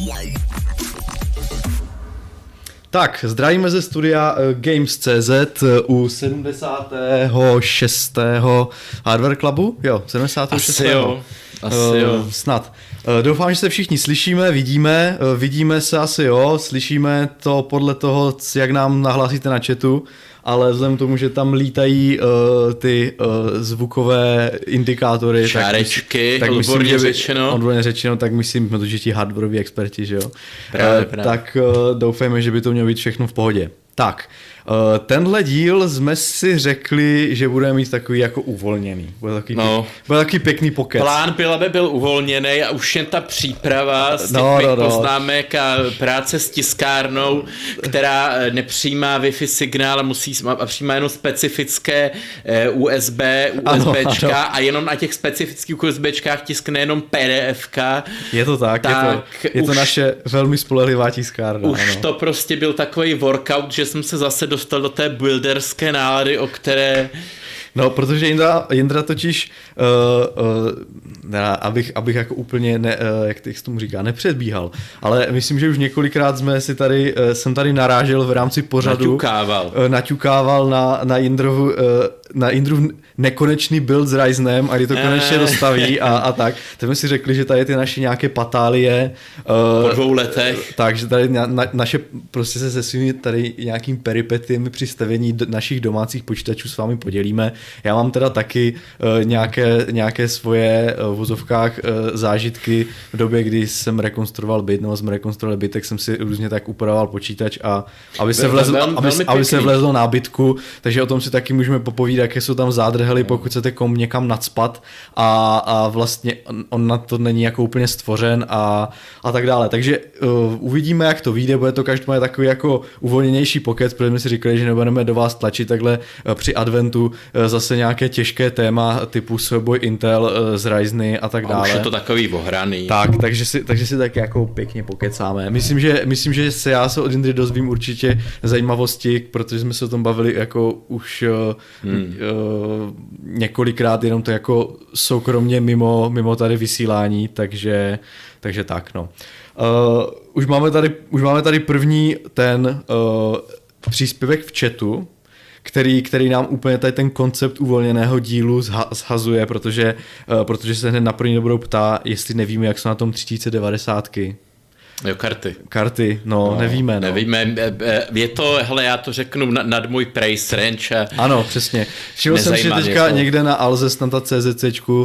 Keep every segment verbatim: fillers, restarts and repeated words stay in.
Tak, zdravíme ze studia Games tečka cé zet u sedmdesátého šestého Hardware Clubu? Jo, sedmdesátého šestého Asi jo, asi jo. Snad. Doufám, že se všichni slyšíme, vidíme, vidíme se asi jo, slyšíme to podle toho, jak nám nahlásíte na chatu, ale vzhledem k tomu, že tam lítají uh, ty uh, zvukové indikátory, šárečky, tak, myslím, odborně tak myslím, řečeno. Odborně řečeno, tak myslím, protože ti hardwareoví experti, že jo. Právě, uh, právě. Tak uh, doufejme, že by to mělo být všechno v pohodě. Tak, uh, tenhle díl jsme si řekli, že budeme mít takový jako uvolněný. Bude takový, no. bude takový pěkný pokec. Plán byl, aby byl uvolněný a už jen ta příprava z těch no, mých no, no. poznámek a práce s tiskárnou, která nepřijímá Wi-Fi signál a musí a přijímá jenom specifické U S B, USBčka ano, ano. A jenom na těch specifických USBčkách tiskne jenom PDFka. Je to tak, tak je, to, je to naše velmi spolehlivá tiskárna. Už ano. to prostě byl takový workout, že jsem se zase dostal do té builderské nálady, o které... No, protože Jindra, Jindra totiž, uh, uh, ne, abych, abych jako úplně, ne, uh, jak se tomu říká, nepředbíhal, ale myslím, že už několikrát jsme si tady, uh, jsem tady narážel v rámci pořadu. Naťukával. Uh, naťukával na, na Jindrovu, uh, na Jindrův nekonečný build s Ryzenem a kdy to konečně dostaví a, a tak. Tak jsme si řekli, že tady ty naše nějaké patálie. Uh, po dvou letech. Takže tady na, na, naše, prostě se se svými tady nějakým peripetiem při stavění do, našich domácích počítačů s vámi podělíme. Já mám teda taky uh, nějaké, nějaké svoje uh, v vozovkách uh, zážitky v době, kdy jsem rekonstruoval byt, nebo jsem rekonstruoval byt, tak jsem si různě tak upravoval počítač a aby se, vlezl, velmi, aby, velmi aby se vlezlo nábytku, takže o tom si taky můžeme popovídat, jaké jsou tam zádrhely, pokud chcete kom někam nacpat a, a vlastně on na to není jako úplně stvořen a, a tak dále. Takže uh, uvidíme, jak to vyjde, bude to každopádně takový jako uvolněnější pokec, protože jsme si říkali, že nebudeme do vás tlačit takhle uh, při adventu uh, zase nějaké těžké téma typu souboj Intel uh, z Ryzeny a tak dále. A už je to takový ohraný. Tak, takže si, takže si tak jako pěkně pokecáme. Myslím, že, myslím, že se já se od Indry dozvím určitě zajímavosti, protože jsme se o tom bavili jako už uh, hmm. uh, několikrát, jenom to jako soukromně mimo, mimo tady vysílání, takže, takže tak, no. Uh, už, máme tady, už máme tady první ten uh, příspěvek v chatu, který, který nám úplně tady ten koncept uvolněného dílu zha, zhazuje, protože, uh, protože se hned na první budou ptá, jestli nevíme, jak jsou na tom tři tisíce devadesát. Jo, karty. Karty, no, no nevíme. No. Nevíme, je to, hele, já to řeknu nad můj price range. A ano, přesně. Všiml jsem si teďka to. Někde na Alze Stanta C Z C uh,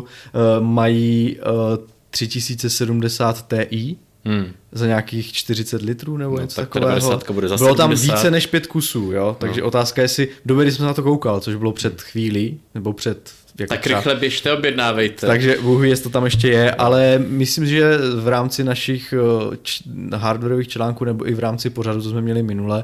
mají uh, tři tisíce sedmdesát Ti hmm. za nějakých čtyřicet litrů nebo no, něco tak takového. Bude za bylo tam sedmdesát. Více než pět kusů, jo? Takže no. Otázka je, jestli v době, kdy jsem na to koukal, což bylo před chvílí, nebo před jako tak rychle běžte, objednávejte. Takže Bůh ví, jestli to tam ještě je, ale myslím, že v rámci našich č- hardwareových článků nebo i v rámci pořadu, co jsme měli minule,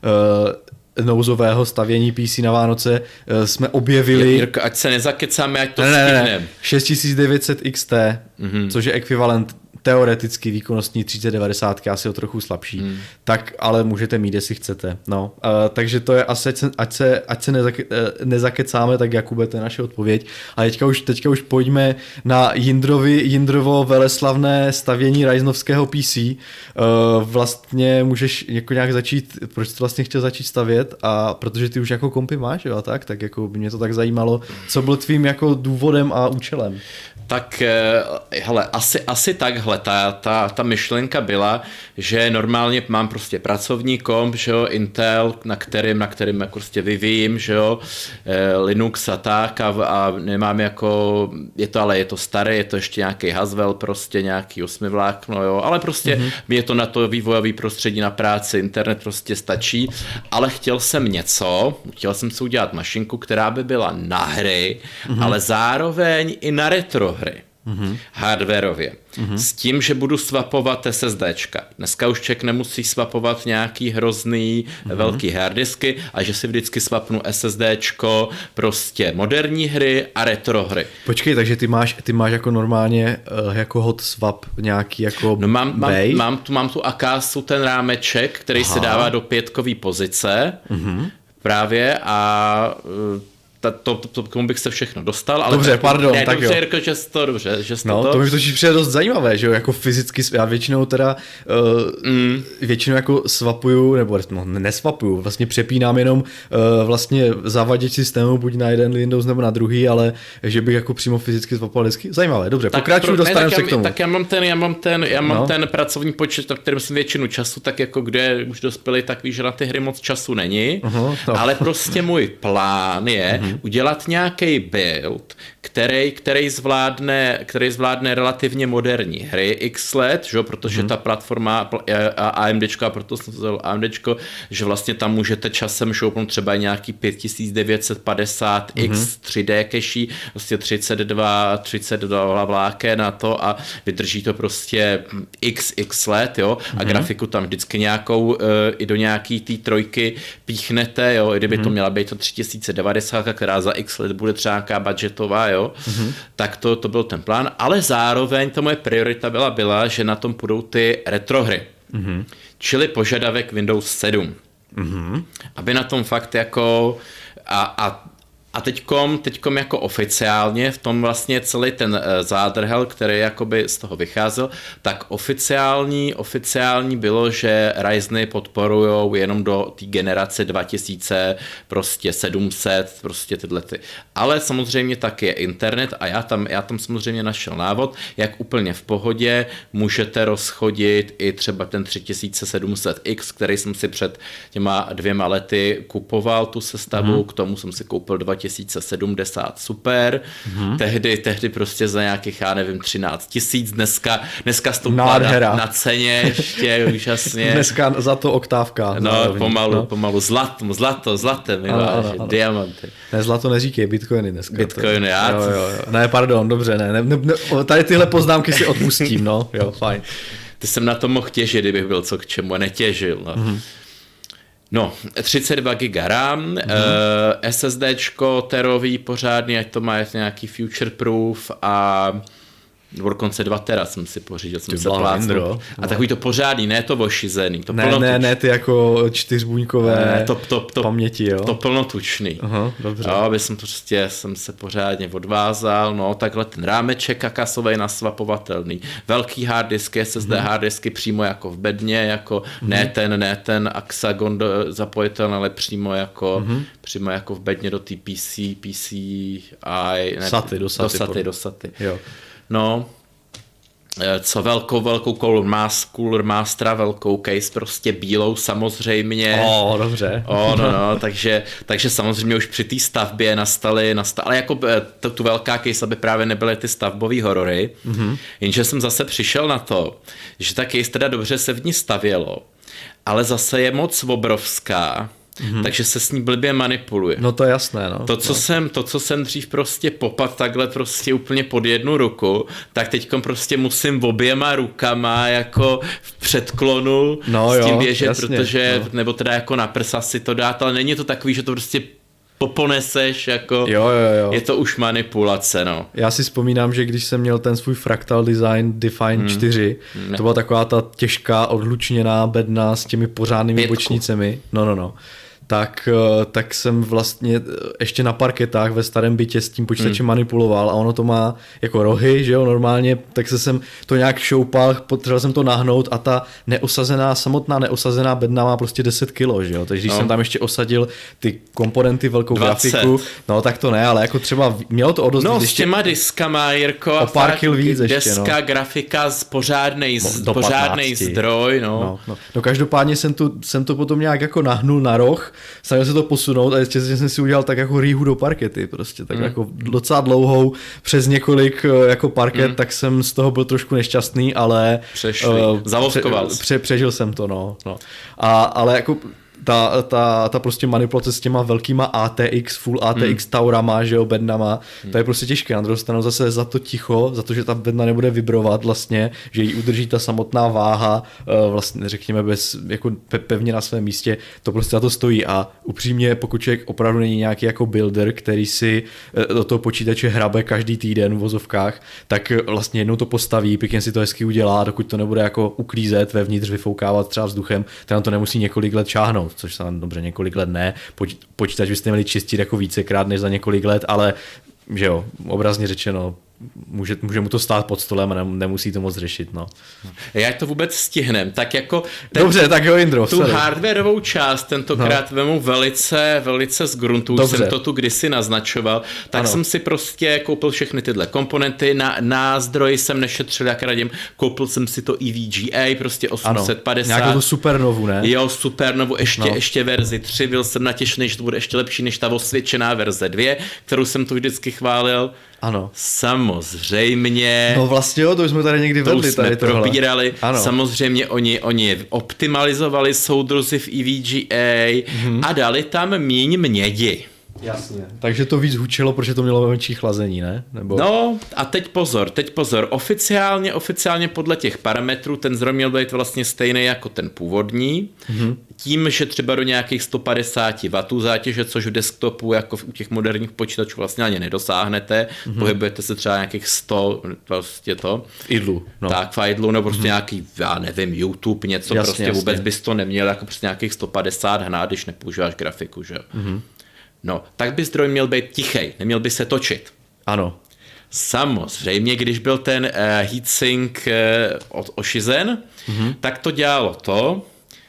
uh, nouzového stavění P C na Vánoce, uh, jsme objevili... Jirko, ať se nezakecáme, ať to ne, ne, stihneme. Ne, šest tisíc devět set X T, mm-hmm. což je ekvivalent teoreticky výkonnostní třicet devadesát, asi o trochu slabší, hmm. tak ale můžete mít, jestli chcete. No, uh, takže to je asi, ať se, ať se, ať se nezake, uh, nezakecáme, tak Jakube, to je naše odpověď. A teďka už, teďka už pojďme na Jindrovi, Jindrovo veleslavné stavění Ryzenovského P C. Uh, vlastně můžeš jako nějak začít, proč jsi vlastně chtěl začít stavět, a protože ty už jako kompy máš, jo, tak, tak jako by mě to tak zajímalo, co byl tvým jako důvodem a účelem. Tak hele, asi, asi takhle, ta, ta, ta myšlenka byla, že normálně mám prostě pracovní komp, že jo, Intel, na kterým, na kterým jako prostě vyvíjím, že jo, Linux a tak a, a nemám jako, je to ale je to staré, je to ještě nějaký Haswell, prostě nějaký osmivlákno, jo, ale prostě mm-hmm. mě to na to vývojový prostředí na práci, internet prostě stačí, ale chtěl jsem něco, chtěl jsem si udělat mašinku, která by byla na hry, mm-hmm. ale zároveň i na retro hry. Mm-hmm. Hardwareově. Mm-hmm. S tím, že budu swapovat SSDčka. Dneska už člověk nemusí swapovat nějaký hrozný mm-hmm. velký harddisky a že si vždycky swapnu SSDčko, prostě moderní hry a retro hry. Počkej, takže ty máš, ty máš jako normálně uh, jako hot swap nějaký jako no mám, mám, mám, tu, mám tu Akasu, ten rámeček, který Aha. se dává do pětkové pozice mm-hmm. právě a uh, to, to, to, k tomu bych se všechno dostal. Ale dobře, tak, pardon, ne, tak dobře, jo. Jirko, že jsi to, dobře, že jsi no, to. to mi to přijde dost zajímavé, že jo, jako fyzicky, já většinou teda, uh, mm. většinou jako swapuju, nebo no, neswapuju, vlastně přepínám jenom uh, vlastně zavaděč systému, buď na jeden Windows nebo na druhý, ale že bych jako přímo fyzicky swapoval disky, zajímavé, dobře, pokračuju, dostaneme se k tomu. Tak já mám ten, já mám ten, já mám no. ten pracovní počet, na kterém jsem většinu času, tak jako kde už dospěli, tak víš, že na ty hry moc času není, uh-huh, no. ale prostě můj plán je uh-huh. udělat nějaký build, který, který, zvládne, který zvládne relativně moderní hry x let, že? Protože uh-huh. ta platforma AMDčko, a proto jsem vzal AMDčko, že vlastně tam můžete časem šoupnout třeba nějaký pět tisíc devět set padesát X uh-huh. tři dé cache, prostě třicet dva, třicet dva vláken na to a vydrží to prostě x x let, jo, a mm-hmm. grafiku tam vždycky nějakou uh, i do nějaký té trojky píchnete, jo, i kdyby mm-hmm. to měla být to tři tisíce devadesát, která za x let bude třeba nějaká budgetová, jo, mm-hmm. tak to, to byl ten plán, ale zároveň ta moje priorita byla, byla, že na tom půjdou ty retrohry, mm-hmm. čili požadavek Windows sedm, mm-hmm. aby na tom fakt jako a, a A teďkom, teďkom jako oficiálně v tom vlastně celý ten zádrhel, který jakoby z toho vycházel, tak oficiální, oficiální bylo, že Ryzeny podporujou jenom do té generace dva tisíce, prostě sedm set, prostě tyhle ty. Ale samozřejmě tak je internet a já tam, já tam samozřejmě našel návod, jak úplně v pohodě můžete rozchodit i třeba ten tři tisíce sedm set X, který jsem si před těma dvěma lety kupoval tu sestavu, hmm. k tomu jsem si koupil dva tisíce sedmdesát super, mm-hmm. tehdy, tehdy prostě za nějakých, já nevím, třináct tisíc, dneska, dneska stoupla na, na ceně ještě úžasně. Dneska za to oktávka. No, zároveň. pomalu, no. pomalu, zlato, zlato, zlaté, mi váží, diamanty. Ne, zlato neříkej, bitcoiny dneska. Bitcoiny, já. Jo, jo, jo. Ne, pardon, dobře, ne, ne, ne, tady tyhle poznámky si odpustím, no, jo, fajn. Ty jsem na to mohl těžit, kdybych byl co k čemu, a netěžil, no. Mm-hmm. No, třicet dva giga RAM, mm-hmm. uh, SSDčko terový pořádný, ať to má nějaký future proof a dokonce dva tera jsem si pořídil, jsem se plácnul. A takový to pořádný, ne to ošizený. To ne, plno ne, ne, ty jako čtyřbuňkové ne, to, to, to, paměti, jo. To plnotučný. Aha, dobře. Jo, aby jsem prostě, jsem se pořádně odvázal, no, takhle ten rámeček kakasovej nasvapovatelný. Velký harddisky, S S D hmm. harddisky přímo jako v bedně, jako hmm. ne ten, ne ten Axagon zapojitelný, ale přímo jako, hmm. přímo jako v bedně do té P C, P C I, ne, saty, do saty. Do saty, do saty. Jo. No, co velkou, velkou Cooler Master, Cooler Mastera, velkou case, prostě bílou samozřejmě. O, dobře. O, no, no, takže, takže samozřejmě už při té stavbě nastaly, nastaly, ale jako to, tu velká case, aby právě nebyly ty stavbový horory, mm-hmm. jenže jsem zase přišel na to, že ta case teda dobře se v ní stavělo, ale zase je moc obrovská, Mm-hmm. takže se s ní blbě manipuluje. No to je jasné, no. To, co, no. jsem, to, co jsem dřív prostě popad takhle prostě úplně pod jednu ruku, tak teďkom prostě musím oběma rukama jako v předklonu no, s tím jo, běžet, jasně, protože, no. nebo teda jako na prsa si to dát, ale není to takový, že to prostě poponeseš, jako jo, jo, jo. je to už manipulace, no. Já si vzpomínám, že když jsem měl ten svůj Fractal Design Define hmm. čtyři, hmm. to byla taková ta těžká odhlučněná bedna s těmi pořádnými Pětku. bočnicemi, no, no, no. Tak, tak jsem vlastně ještě na parketách ve starém bytě s tím počítačem hmm. manipuloval a ono to má jako rohy, že jo, normálně, tak se jsem to nějak šoupal, potřeboval jsem to nahnout a ta neosazená, samotná neosazená bedna má prostě deset kilo, že jo, takže když no. jsem tam ještě osadil ty komponenty, velkou dvacet grafiku, no tak to ne, ale jako třeba mělo to o dost no, víc. s těma diskama, Jirko, o pár kil víc ještě, deska, no. grafika, pořádnej, no, pořádnej zdroj, no. No, no. no každopádně jsem, tu, jsem to potom nějak jako nahnul na roh, snažil se to posunout a ještě jsem si udělal tak jako rýhu do parkety prostě, tak mm. jako docela dlouhou přes několik jako parket, mm. tak jsem z toho byl trošku nešťastný, ale uh, zavovkoval pře, pře, přežil jsem to, no. no. A, ale jako ta, ta, ta prostě manipulace s těma velkýma A T X, full A T X hmm. taurama, že jo, bednama, hmm. to je prostě těžké. Na druhou stranu zase za to ticho, za to, že ta bedna nebude vibrovat vlastně, že ji udrží ta samotná váha, vlastně řekněme bez, jako pevně na svém místě, to prostě za to stojí a upřímně, pokud člověk opravdu není nějaký jako builder, který si do toho počítače hrabe každý týden v vozovkách, tak vlastně jednou to postaví, pěkně si to hezky udělá, dokud to nebude jako uklízet, vevnitř vyfoukávat třeba vzduchem, tak to nemusí několik let šáhnout. vypnout, což se dobře několik let ne. Poč- počítač byste měli čistit jako vícekrát než za několik let, ale že jo, obrazně řečeno, může, může mu to stát pod stolem a nemusí to moc řešit, no. Jak to vůbec stihnem, tak jako... Ten, Dobře, tak jo, Indro, tu sorry. hardwareovou část tentokrát no. vemu velice, velice z gruntu, už jsem to tu kdysi naznačoval, tak ano. jsem si prostě koupil všechny tyhle komponenty, na, na zdroji jsem nešetřil, jak radím, koupil jsem si to E V G A, prostě osm set padesát. Ano, nějakou supernovu, ne? Jo, supernovu, ještě, no. ještě verzi tři, byl jsem natěšený, že to bude ještě lepší než ta osvědčená verze dvě, kterou jsem tu vždycky chválil. Ano. Samozřejmě. No vlastně jo, to už jsme tady někdy vedli. To jsme tady probírali. Ano. Samozřejmě oni, oni optimalizovali soudruzy v E V G A mm-hmm. a dali tam míň mědi. Jasně. Takže to víc hučilo, protože to mělo menší chlazení, ne? Nebo... No a teď pozor, teď pozor. Oficiálně, oficiálně podle těch parametrů ten zdroj měl být vlastně stejný jako ten původní. Mm-hmm. Tím, že třeba do nějakých sto padesát wattů zátěže, což v desktopu jako u těch moderních počítačů vlastně ani nedosáhnete. Mm-hmm. Pohybujete se třeba nějakých sto, vlastně to. V idlu. No. Tak v idlu, nebo prostě mm-hmm. nějaký, já nevím, YouTube, něco jasně, prostě jasně. Vůbec bys to neměl jako prostě nějakých sto padesát hnát, když nepoužíváš grafiku, že? Mm-hmm. No, tak by zdroj měl být tichej, neměl by se točit. Ano. Samozřejmě, když byl ten uh, heatsink uh, ošizen, mm-hmm. tak to dělalo to,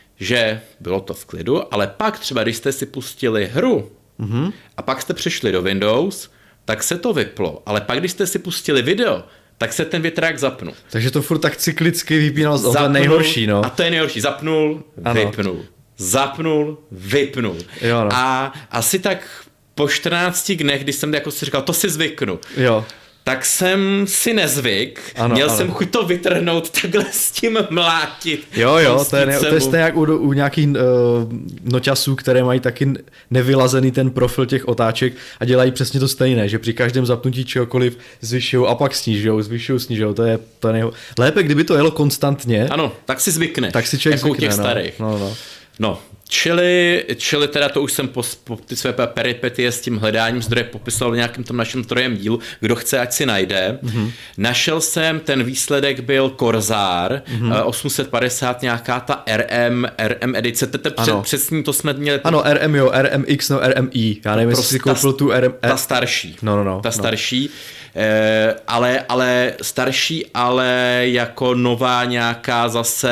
že bylo to v klidu, ale pak třeba, když jste si pustili hru mm-hmm. a pak jste přešli do Windows, tak se to vyplo. Ale pak, když jste si pustili video, tak se ten větrák zapnul. Takže to furt tak cyklicky vypínal, zapnul, to nejhorší, no. A to je nejhorší, zapnul, ano. vypnul. Zapnul, vypnul. Jo, no. A asi tak po čtrnácti dnech, když jsem jako si říkal, to si zvyknu. Jo. Tak jsem si nezvyk, ano, měl ano. jsem chuť to vytrhnout, takhle s tím mlátit. Jo, jo, to je, ne, to je stejně jak u, u nějakých uh, noťasů, které mají taky nevylazený ten profil těch otáček a dělají přesně to stejné, že při každém zapnutí čehokoliv zvyšují a pak snižují, zvyšují, snižují, to je to nejho... Lépe, kdyby to jelo konstantně. Ano, tak si zvykneš. Tak si člověk jako zvykne, u těch no, starých. No, no. No, čili, čili teda to už jsem po, po ty své peripetie s tím hledáním zdroje popisoval v nějakém tom našem trojem dílu, kdo chce, ať si najde. Mm-hmm. Našel jsem, ten výsledek byl Corsair, mm-hmm. osm set padesát, nějaká ta R M, R M edice, tete před, přesně to jsme měli. Ano, R M jo, R M X, no R M I, já nevím, jestli si koupil tu R M... Ta starší. No, no, no. Ta starší. Eh, ale, ale starší, ale jako nová nějaká zase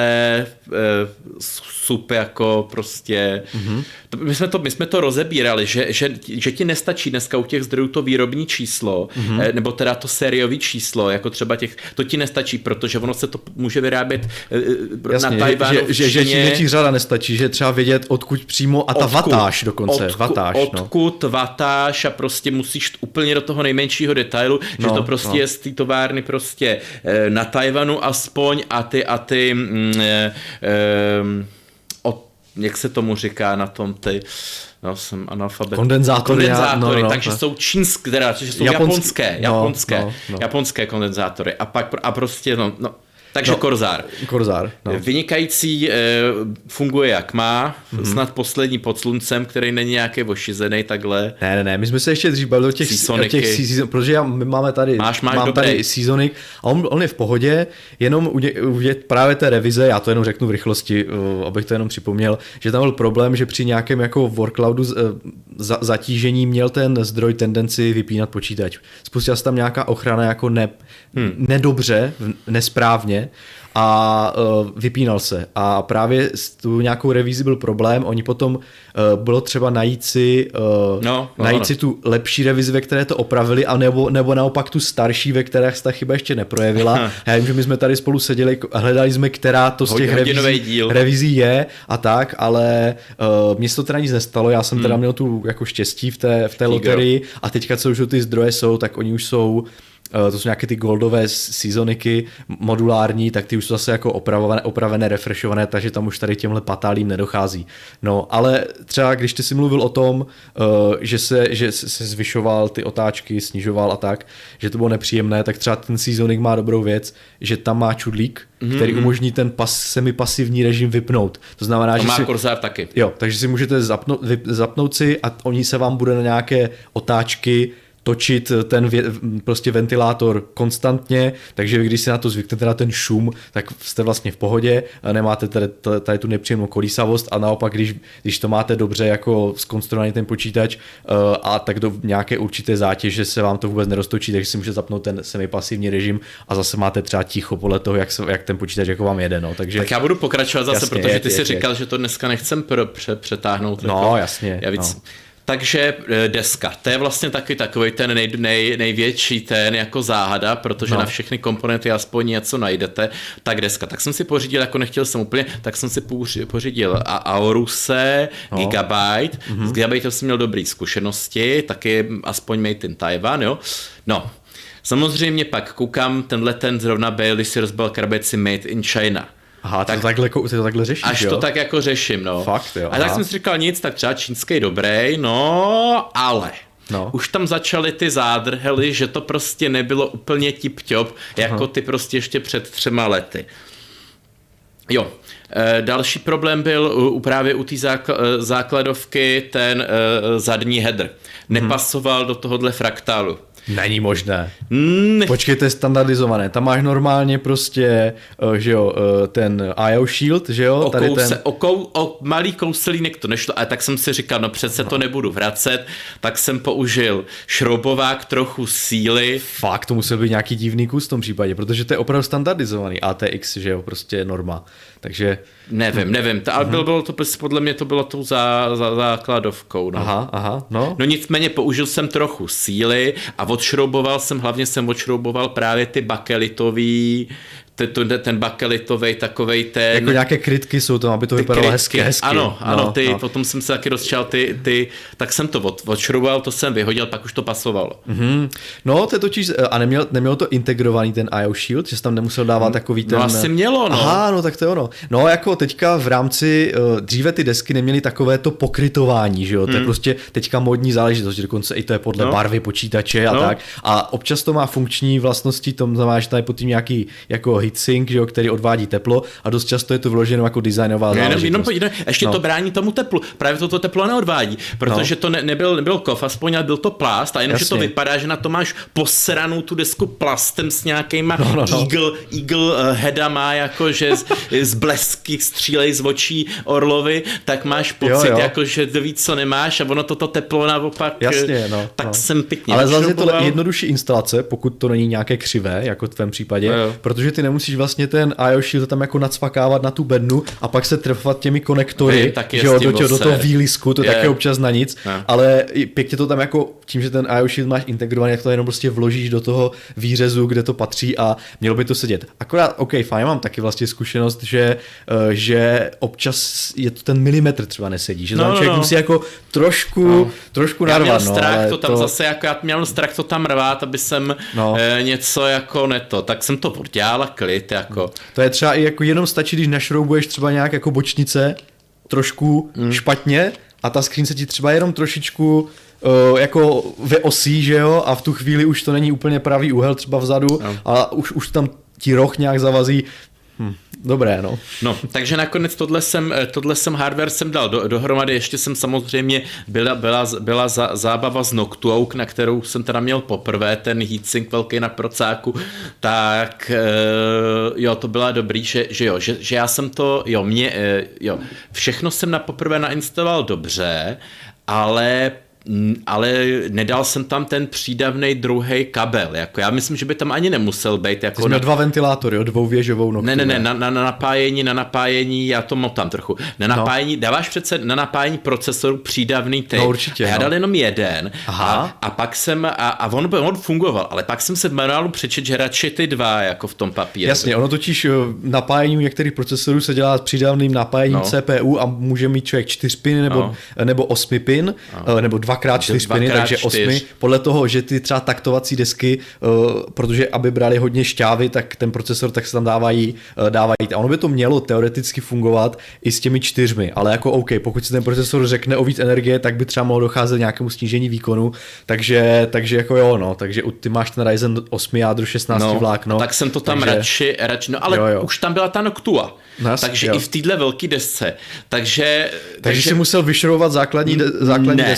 eh, sup jako prostě mm-hmm. my, jsme to, my jsme to rozebírali, že, že, že ti nestačí dneska u těch zdrojů to výrobní číslo, mm-hmm. eh, nebo teda to sériový číslo, jako třeba těch, to ti nestačí, protože ono se to může vyrábět eh, jasně, na Tajvanu. Že, že, že, že ti řada nestačí, že třeba vědět odkud přímo a ta odkud, vatáž dokonce. Odkud, vatáž, odkud no. vatáž a prostě musíš úplně do toho nejmenšího detailu, no, že to prostě no. je z té továrny prostě eh, na Tajvanu aspoň a ty a ty mm, eh, eh, od, jak se tomu říká na tom ty no, jsem analfabet. Kondenzátory. Kondenzátory, no, no, takže no. jsou čínské, teda, že jsou japonské, japonské, japonské, no, no. japonské kondenzátory a pak a prostě no, no takže no, Corsair. Corsair no. Vynikající, e, funguje jak má, mm-hmm. snad poslední pod sluncem, který není nějaký ošizený takhle. Ne, ne, ne, my jsme se ještě dřív bavili o těch, těch season, protože já, my máme tady, máš, máš mám tady Seasonic a on, on je v pohodě, jenom u, ně, u ně, právě té revize, já to jenom řeknu v rychlosti, uh, abych to jenom připomněl, že tam byl problém, že při nějakém jako workloadu uh, za, zatížení měl ten zdroj tendenci vypínat počítač. Spustila se tam nějaká ochrana jako ne, hmm. nedobře, nesprávně, a uh, vypínal se. A právě s tu nějakou revizi byl problém, oni potom uh, bylo třeba najít si, uh, no, no, najít no. si tu lepší revizi, ve které to opravili, a nebo, nebo naopak tu starší, ve které se ta chyba ještě neprojevila. Já vím, že my jsme tady spolu seděli a hledali jsme, která to z těch revizí, revizí je a tak, ale uh, mně se to teda nic nestalo, já jsem hmm. teda měl tu jako štěstí v té, v té loterii a teďka, co už ty zdroje jsou, tak oni už jsou to jsou nějaké ty goldové seasoniky modulární, tak ty už jsou zase jako opravované, opravené, refreshované, takže tam už tady těmhle patálím nedochází. No, ale třeba když ty jsi mluvil o tom, že se, že se zvyšoval ty otáčky, snižoval a tak, že to bylo nepříjemné, tak třeba ten seasonik má dobrou věc, že tam má čudlík, mm-hmm. který umožní ten pas, semipasivní režim vypnout. To znamená, to že má si, Corsair taky. Jo, takže si můžete zapnout, vyp, zapnout si a oni se vám bude na nějaké otáčky točit ten vě, prostě ventilátor konstantně, takže vy, když si na to zvyknete na ten šum, tak jste vlastně v pohodě, nemáte tady, tady tu nepříjemnou kolísavost a naopak, když, když to máte dobře jako zkonstruovaný ten počítač a tak do nějaké určité zátěže se vám to vůbec neroztočí, takže si můžete zapnout ten semipasivní režim a zase máte třeba ticho podle toho, jak, se, jak ten počítač jako vám jede. No. Takže, tak já budu pokračovat zase, jasně, protože ty jsi říkal, je. že to dneska nechcem pr- pře- přetáhnout. No, jako, jasně. Já víc, no. Takže deska, to je vlastně taky takový ten nej, nej, největší ten jako záhada, protože no. na všechny komponenty aspoň něco najdete, tak deska. Tak jsem si pořídil, jako nechtěl jsem úplně, tak jsem si pořídil Aoruse, no. Gigabyte, mm-hmm. s Gigabyte jsem měl dobré zkušenosti, taky aspoň made in Taiwan, jo. No, samozřejmě pak koukám, tenhle ten zrovna byl, když si rozbil krabici made in China. Aha, tak, to takhle, ty to takhle řešíš, až jo? to tak jako řeším, no. Fakt, jo. A tak jsem si říkal nic, tak třeba čínský dobrý, no, ale no. Už tam začaly ty zádrhely, že to prostě nebylo úplně tip-top, jako ty prostě ještě před třema lety. Jo, e, další problém byl u, právě u té zákl, základovky ten e, zadní header. Nepasoval hmm. do tohohle fraktálu. Není možné. Ne. Počkej, to je standardizované. Tam máš normálně prostě, že jo, ten I O Shield, že jo? O, tady kouse, ten... o, kou, o malý kouselínek to nešlo, a tak jsem si říkal, no přece no. to nebudu vracet, tak jsem použil šroubovák, trochu síly. Fakt, to musel být nějaký divný kus v tom případě, protože to je opravdu standardizovaný A T X, že jo, prostě norma. Takže... Nevím, nevím, to, ale bylo, bylo to, podle mě to bylo tou zá, zá, základovkou. No. Aha, aha, no. No nicméně použil jsem trochu síly a odšrouboval jsem, hlavně jsem odšrouboval právě ty bakelitový, ten, ten bakelitovej takovej ten... Jako nějaké krytky jsou tam, aby to vypadalo hezky, hezky. Ano, ano, no, ty, no. Potom jsem se taky rozčal ty, ty, tak jsem to od, odšrouboval, to jsem vyhodil, pak už to pasovalo. Mm-hmm. No, to je totiž, a neměl, nemělo to integrovaný ten I O Shield, že jsi tam nemusel dávat takový ten... No asi mělo, no. Aha, no tak to je ono. No jako teďka v rámci, dříve ty desky neměly takové to pokrytování, že jo, to je hmm. prostě teďka modní záležitost, že dokonce i to je podle no. barvy počítače a no. tak. A občas to má funkční vlastnosti, to znamená, že tady pod tím nějaký jako heatsink, že jo, který odvádí teplo a dost často je to vloženo jako designová záležitost. Jenom, jenom, ještě no. to brání tomu teplu, právě toto teplo neodvádí, protože no. to ne, nebyl, nebyl kov, aspoň ale byl to plast a jenom, Jasně. že to vypadá, že na to máš posranou tu desku plastem s nějakýma no, no, no. eagle, eagle headama, jako že z, z blesky střílej z očí orlovy, tak máš pocit, jo, jo. jako že to víc co nemáš a ono toto teplo naopak, Jasně, no, tak no. jsem pěkně Ale zase je to jednodušší instalace, pokud to není nějaké křivé, jako v tvém případě, no, protože ty nemusíš vlastně ten I O Shield tam jako nacvakávat na tu bednu a pak se trefovat těmi konektory, že jo, do, tě, do toho výlisku, to je také občas na nic, no. ale pěkně to tam jako, tím, že ten I O Shield máš integrovaný, jak to jenom prostě vložíš do toho výřezu, kde to patří a mělo by to sedět. Akorát, OK, fajn, mám taky vlastně zkušenost, že, že občas je to ten milimetr třeba nesedí, že tam no, člověk no. musí jako trošku, no. trošku narvat. Já měl strach no, to tam to... zase, jako já měl strach to tam rvát, aby jsem no. e, něco jako neto, tak jsem to oddělal a klid, jako. To je třeba i jako jenom stačí, když našroubuješ třeba nějak jako bočnice trošku mm. špatně a ta skříň se ti třeba jenom trošičku uh, jako ve osí, že jo, a v tu chvíli už to není úplně pravý úhel třeba vzadu no. a už, už tam ti roh nějak zavazí. Hm, dobré, no. No, takže nakonec tohle jsem, tohle jsem hardware jsem dal do, dohromady, ještě jsem samozřejmě, byla, byla, byla za, zábava z Noctuoak, na kterou jsem teda měl poprvé, ten heatsink velký na procáku, tak jo, to byla dobrý, že, že jo, že, že já jsem to, jo, mě, jo, všechno jsem na poprvé nainstaloval dobře, ale ale nedal jsem tam ten přídavnej druhý kabel. Jako já myslím, že by tam ani nemusel být. Jako jsme na... dva ventilátory, dvouvěžovou noktu. Ne, ne, ne, na, na, na napájení, na napájení, já to motám trochu. Na napájení, no. dáváš přece na napájení procesoru přídavný typ. No určitě. A já no. dal jenom jeden. Aha. A, a pak jsem, a, a on, on fungoval, ale pak jsem se v manuálu přečet, že radši ty dva, jako v tom papíru. Jasně, ono totiž napájení u některých procesorů se dělá s přídavným napájením no. C P U a může mít člověk čtyři piny nebo, no. nebo osmi pin, no. nebo dva krát čtyři piny, takže osmi. Podle toho, že ty třeba taktovací desky, uh, protože aby brali hodně šťávy, tak ten procesor tak se tam dávají, uh, dávají. A ono by to mělo teoreticky fungovat i s těmi čtyřmi, ale jako OK, pokud si ten procesor řekne o víc energie, tak by třeba mohlo docházet nějakému snížení výkonu, takže, takže jako jo, no, takže ty máš ten Ryzen osm jádro šestnáct no, vlákno. Tak jsem to tam takže... radši, radši, no ale jo, jo. už tam byla ta Noctua, no, takže jo. i v téhle velké desce, takže... Takže, takže jsi musel vyšroubovat základní, de- základní ne, desku? Ne,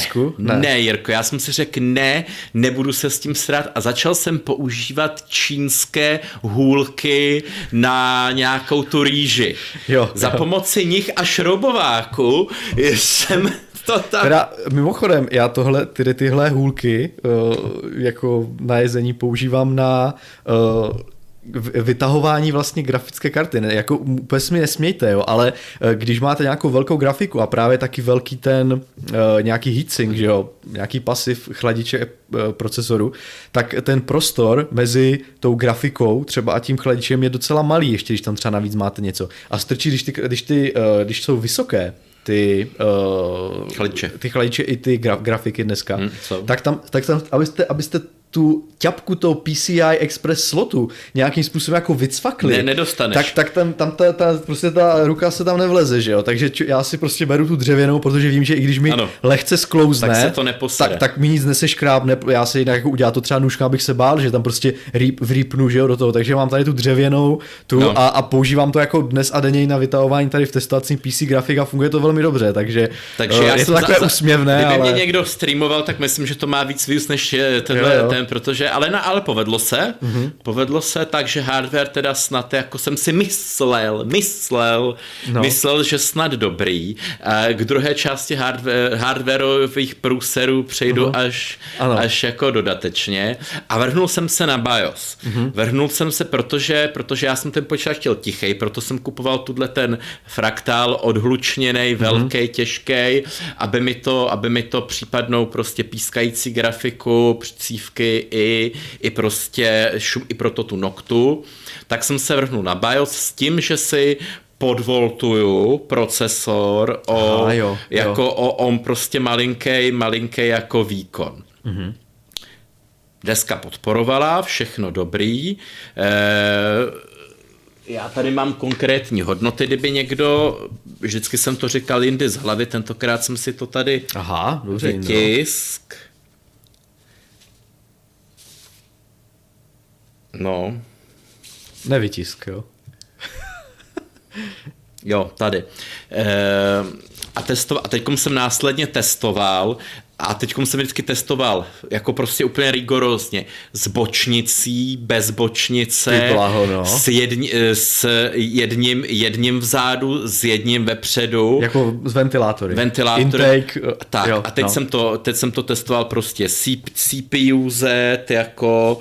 Ne. ne, Jirko, já jsem si řekl, ne, nebudu se s tím srát a začal jsem používat čínské hůlky na nějakou tu rýži. Jo, Za jo. pomoci nich a šroubováku jsem to tam... Teda mimochodem, já tohle, tyhle, tyhle hůlky uh, jako na jezení používám na uh, vytahování vlastně grafické karty. Ne, jako úplně si mi nesmějte, jo, ale uh, když máte nějakou velkou grafiku a právě taky velký ten uh, nějaký heatsink, že jo, nějaký pasiv chladiče uh, procesoru, tak ten prostor mezi tou grafikou třeba a tím chladičem je docela malý, ještě když tam třeba navíc máte něco. A strčí, když ty, když ty uh, když jsou vysoké, ty, uh, chladiče. ty chladiče i ty graf, grafiky dneska, Hmm, tak tam, tak tam abyste, abyste tu ťapku toho P C I Express slotu nějakým způsobem jako vycvakli, Ne, nedostaneš. tak, tak tam, tam ta, ta, prostě ta ruka se tam nevleze, že jo, takže č- já si prostě beru tu dřevěnou, protože vím, že i když mi ano. lehce sklouzne, tak se to neposede. tak, tak mi nic neseškrábne, já si jinak jako udělá to třeba nůžka, abych se bál, že tam prostě rýp, vrýpnu, že jo, do toho, takže mám tady tu dřevěnou tu no. a, a používám to jako dnes a denně na vytahování tady v testovacím P C grafik a funguje to velmi dobře, takže, takže uh, já je to takové za, úsměvné, kdyby ale... mě někdo streamoval, tak myslím, že to má víc views než tenhle jo, jo. ten, protože, ale, na, ale povedlo se, mm-hmm. povedlo se, takže hardware teda snad, jako jsem si myslel, myslel, no. myslel, že snad dobrý. K druhé části hardware, hardwareových průserů přejdu uh-huh. až, až jako dodatečně a vrhnul jsem se na BIOS. Uh-huh. Vrhnul jsem se, protože, protože já jsem ten počítač chtěl tichej, proto jsem kupoval tuhle ten fraktál odhlučněnej, uh-huh. velký, těžký, aby mi to, aby mi to případnou prostě pískající grafiku, přicívky i, i prostě šum, i proto tu noktu, tak jsem se vrhnul na BIOS s tím, že si podvoltuju procesor o, Aha, jo, jako jo. o, on prostě malinký, malinký jako výkon. Mm-hmm. Deska podporovala, všechno dobrý. E, já tady mám konkrétní hodnoty, kdyby někdo, vždycky jsem to říkal jindy z hlavy, tentokrát jsem si to tady Aha, dobře, vytisk. No. Nevytisk, jo. Jo, tady. E, a, testoval, a teďkom jsem následně testoval a teďkom jsem vždycky testoval jako prostě úplně rigorózně s bočnicí, bez bočnice, blaho, no. s, jedni, s jedním, jedním vzadu, s jedním vepředu. Jako s ventilátory. Ventilátor. Intake. Tak, jo, a teď, no. jsem to, teď jsem to testoval prostě C P U Z, jako...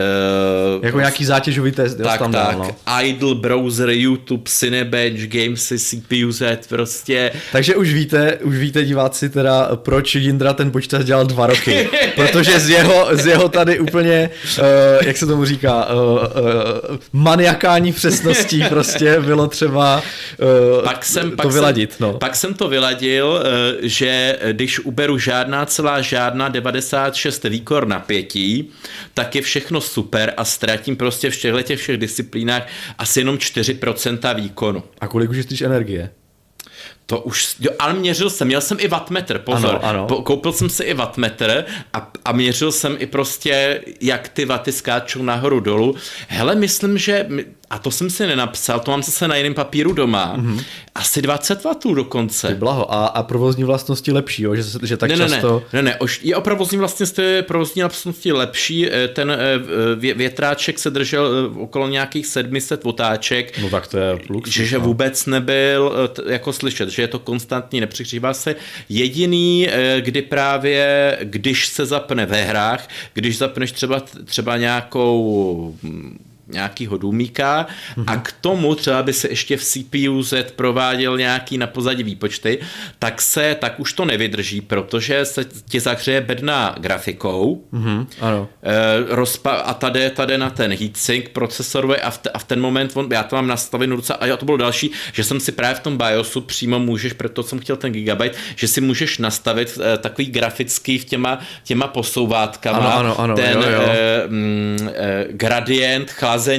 Uh, jako nějaký zátěžový test. Tak, tam tak. dal, no. Idle, browser, YouTube, Cinebench, Gamesy, C P U Z, prostě... Takže už víte, už víte diváci teda, proč Jindra ten počítač dělal dva roky. Protože z jeho, z jeho tady úplně, uh, jak se tomu říká, uh, uh, maniakální přesností prostě bylo třeba uh, pak jsem, to pak vyladit. Jsem, no. Pak jsem to vyladil, uh, že když uberu žádná celá žádná devadesát šest výkor napětí, tak je všechno super a ztratím prostě v těchto těch všech disciplínách asi jenom čtyři procenta výkonu. A kolik už jistříš energie? To už, jo, ale měřil jsem, měl jsem i wattmetr, pozor, ano, ano. Po, koupil jsem si i wattmetr a, a měřil jsem i prostě, jak ty waty skáčou nahoru dolů. Hele, myslím, že, a to jsem si nenapsal, to mám zase na jiném papíru doma, mm-hmm. asi dvacet wattů dokonce. Ty blaho, a, a provozní vlastnosti lepší, jo? Že, že tak ne, často... Ne, ne, ne, ož, je o provozní vlastnosti, provozní vlastnosti lepší, ten vě, větráček se držel okolo nějakých sedm set otáček. No tak to je luxus. Že, že vůbec nebyl jako slyšet, že je to konstantní, nepřehřívá se. Jediný, kdy právě, když se zapne ve hrách, když zapneš třeba, třeba nějakou nějakýho důmíka mm-hmm. a k tomu třeba by se ještě v C P U Z prováděl nějaký na pozadí výpočty, tak se, tak už to nevydrží, protože se ti zahřeje bedna grafikou mm-hmm. ano. E, rozpa- a tady, tady na ten heatsink procesorový a v, t- a v ten moment, on, já to mám nastavenou ruce a jo, to bylo další, že jsem si právě v tom BIOSu přímo můžeš, proto jsem chtěl ten gigabyte, že si můžeš nastavit e, takový grafický v těma, těma posouvátkama ano, ano, ano, ten jo, jo. E, m, e, gradient chlazení.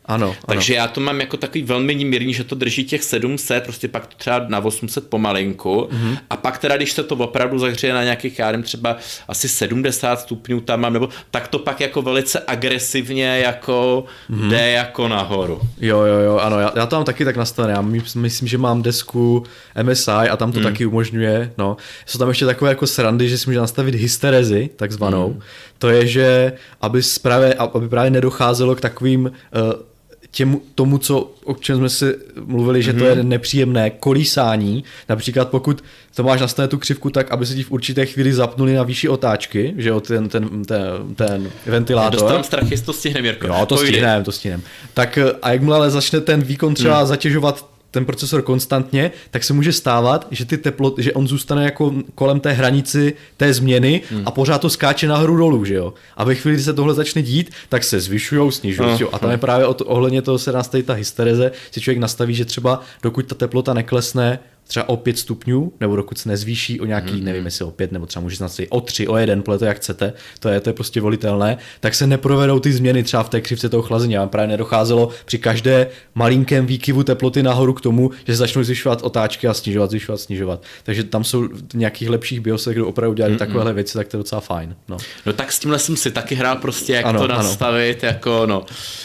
Ano, Takže ano. já to mám jako takový velmi mírný, že to drží těch sedm set, prostě pak to třeba na osm set pomalinku mm-hmm. a pak teda, když se to opravdu zahřeje na nějakých, já nevím, třeba asi sedmdesát stupňů tam mám, nebo tak to pak jako velice agresivně jako mm-hmm. jde jako nahoru. Jo, jo, jo, ano, já, já to mám taky tak nastavené, já myslím, že mám desku M S I a tam to mm. taky umožňuje, no. Jsou tam ještě takové jako srandy, že si může nastavit hysterezi, takzvanou, mm. to je, že aby právě, aby právě nedocházelo k takovým uh, těm, tomu, co, o čem jsme si mluvili, že mm-hmm. to je nepříjemné kolísání, například pokud to máš nastavené tu křivku tak, aby se ti v určité chvíli zapnuli na výšší otáčky, že jo, ten, ten, ten, ten ventilátor. Já dostávám strach, jestli to stihneme, Jirko. Jo, to stihneme, to stihneme. Tak a jakmile ale začne ten výkon třeba mm. zatěžovat ten procesor konstantně, tak se může stávat, že ty teploty, že on zůstane jako kolem té hranici té změny hmm. a pořád to skáče nahoru dolů, že jo. A ve chvíli, kdy se tohle začne dít, tak se zvyšujou, snižují. Uh, a tam je právě ohledně toho se nastaví ta hystereze, si člověk nastaví, že třeba dokud ta teplota neklesne třeba o pět stupňů, nebo dokud se nezvýší o nějaký, hmm. nevím jestli o pět, nebo třeba můžete nastavit o tři, o jeden, podle toho, jak chcete, to je, to je prostě volitelné, tak se neprovedou ty změny třeba v té křivce toho chlazení. A právě nedocházelo při každé malinkém výkyvu teploty nahoru k tomu, že se začnou zvyšovat otáčky a snižovat, zvyšovat, snižovat. Takže tam jsou v nějakých lepších biosech, kde opravdu dělají mm-hmm. takovéhle věci, tak to je docela fajn. No, no tak s tímhle jsem si taky hrál prostě, jak ano, to nastavit, ano. jako no.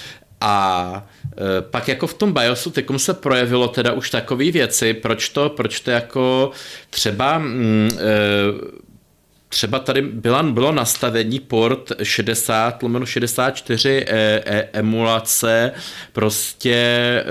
A e, pak jako v tom BIOSu tykom se projevilo teda už takové věci, proč to, proč to jako třeba mm, e, třeba tady byla, bylo nastavení port šedesát lomeno šedesát čtyři e, e, emulace, prostě e,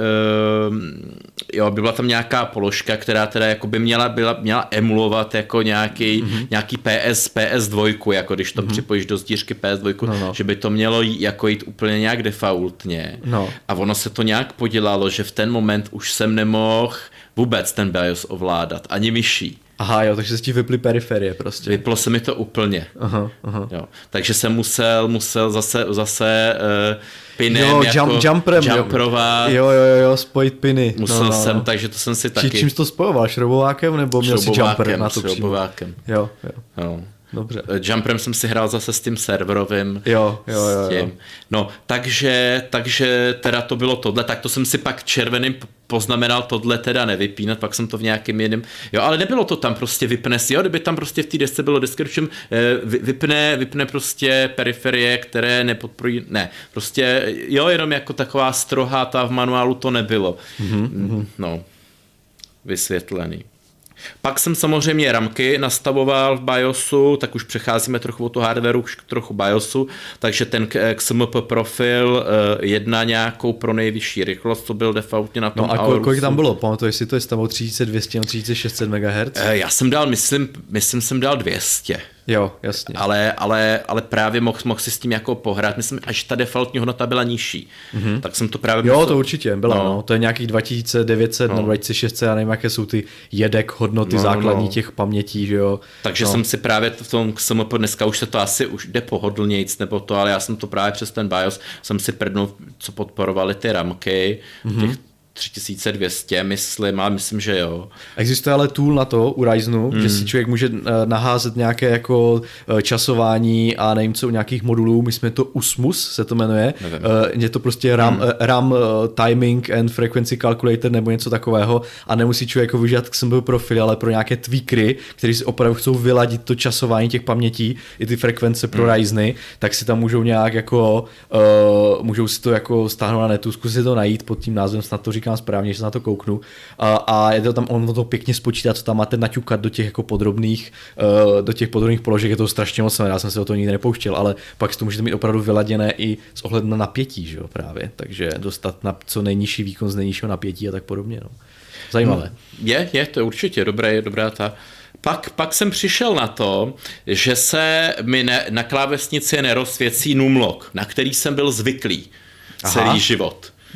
jo, byla tam nějaká položka, která teda jako by měla, byla, měla emulovat jako nějaký, mm-hmm. nějaký P S, P S dva, jako když to mm-hmm. připojíš do stířky P S dva, no, no. že by to mělo jí, jako jít úplně nějak defaultně. No. A ono se to nějak podělalo, že v ten moment už jsem nemohl vůbec ten BIOS ovládat, ani myší. Aha, jo, takže se ti vyply periferie prostě. Vyplo se mi to úplně. Aha, aha. Jo. Takže jsem musel, musel zase, zase uh, pinem jo, jako jump, jumprem, jumprovat. Jo, jo, jo, spojit piny. Musel no, no, no. jsem, takže to jsem si taky... Čím jsi to spojoval? Šroubovákem nebo měl si jumper na to přímo? Šroubovákem. Jo, jo. jo. Dobře. Jumperem jsem si hrál zase s tím serverovým. Jo, jo, jo. jo. No, takže, takže teda to bylo tohle, tak to jsem si pak červeným poznamenal tohle teda nevypínat, pak jsem to v nějakém jiném, jo, ale nebylo to tam prostě vypne si, jo, kdyby tam prostě v té desce bylo description, vypne, vypne prostě periferie, které nepodporují, ne, prostě, jo, jenom jako taková strohá ta v manuálu to nebylo. Mm-hmm. No, vysvětlený. Pak jsem samozřejmě ramky nastavoval v BIOSu, tak už přecházíme trochu od toho hardwareu, už trochu BIOSu, takže ten X M P profil jedna nějakou pro nejvyšší rychlost, to byl defaultně na tom. No a kolik, kolik tam bylo? Pamatuješ si to, jestli tam bylo tři tisíce dvě stě nebo tři tisíce šest set megahertzů? Já jsem dal, myslím, myslím jsem dal dvě stě. Jo, jasně. Ale, ale, ale právě mohl, mohl si s tím jako pohrát. Myslím, až ta defaultní hodnota byla nižší. Mm-hmm. Tak jsem to právě... Jo, myslel... to určitě byla. No. No. To je nějakých dva tisíce devět set no. nebo dva tisíce šest set, já nevím, jaké jsou ty jedek hodnoty no, základní no. těch pamětí, že jo. Takže no. jsem si právě v tom X M P, dneska už se to asi už jde pohodlnějc nebo to, ale já jsem to právě přes ten BIOS, jsem si prdnul, co podporovaly ty ramky, mm-hmm. těch tři tisíce dvě stě, myslím, ale myslím, že jo. Existuje ale tool na to u Ryzenu, mm. že si člověk může naházet nějaké jako časování a nevím co, nějakých modulů, my jsme to U S M U S se to jmenuje, nevím. Je to prostě RAM, mm. RAM Timing and Frequency Calculator nebo něco takového a nemusí člověk jako využívat X M P profil, ale pro nějaké tweakery, který si opravdu chcou vyladit to časování těch pamětí i ty frekvence pro mm. Ryzeny, tak si tam můžou nějak jako, uh, můžou si to jako stáhnout na netu, zkusit to najít pod tím názvem, snad to říkám správně, že se na to kouknu. A, a je to tam, ono to pěkně spočítá, co tam máte naťukat do těch jako podrobných, uh, do těch podrobných položek, je to strašně moc, já jsem se o to nikdy nepouštěl, ale pak si to můžete mít opravdu vyladěné i s ohledem na napětí, že jo, právě, takže dostat na co nejnižší výkon z nejnižšího napětí a tak podobně, no. Zajímavé. Je, je, to je určitě dobré, je dobrá ta. Pak, pak jsem přišel na to, že se mi ne, na klávesnici nerozsvěcí numlock, na který jsem byl zvyklý celý Aha. život. No.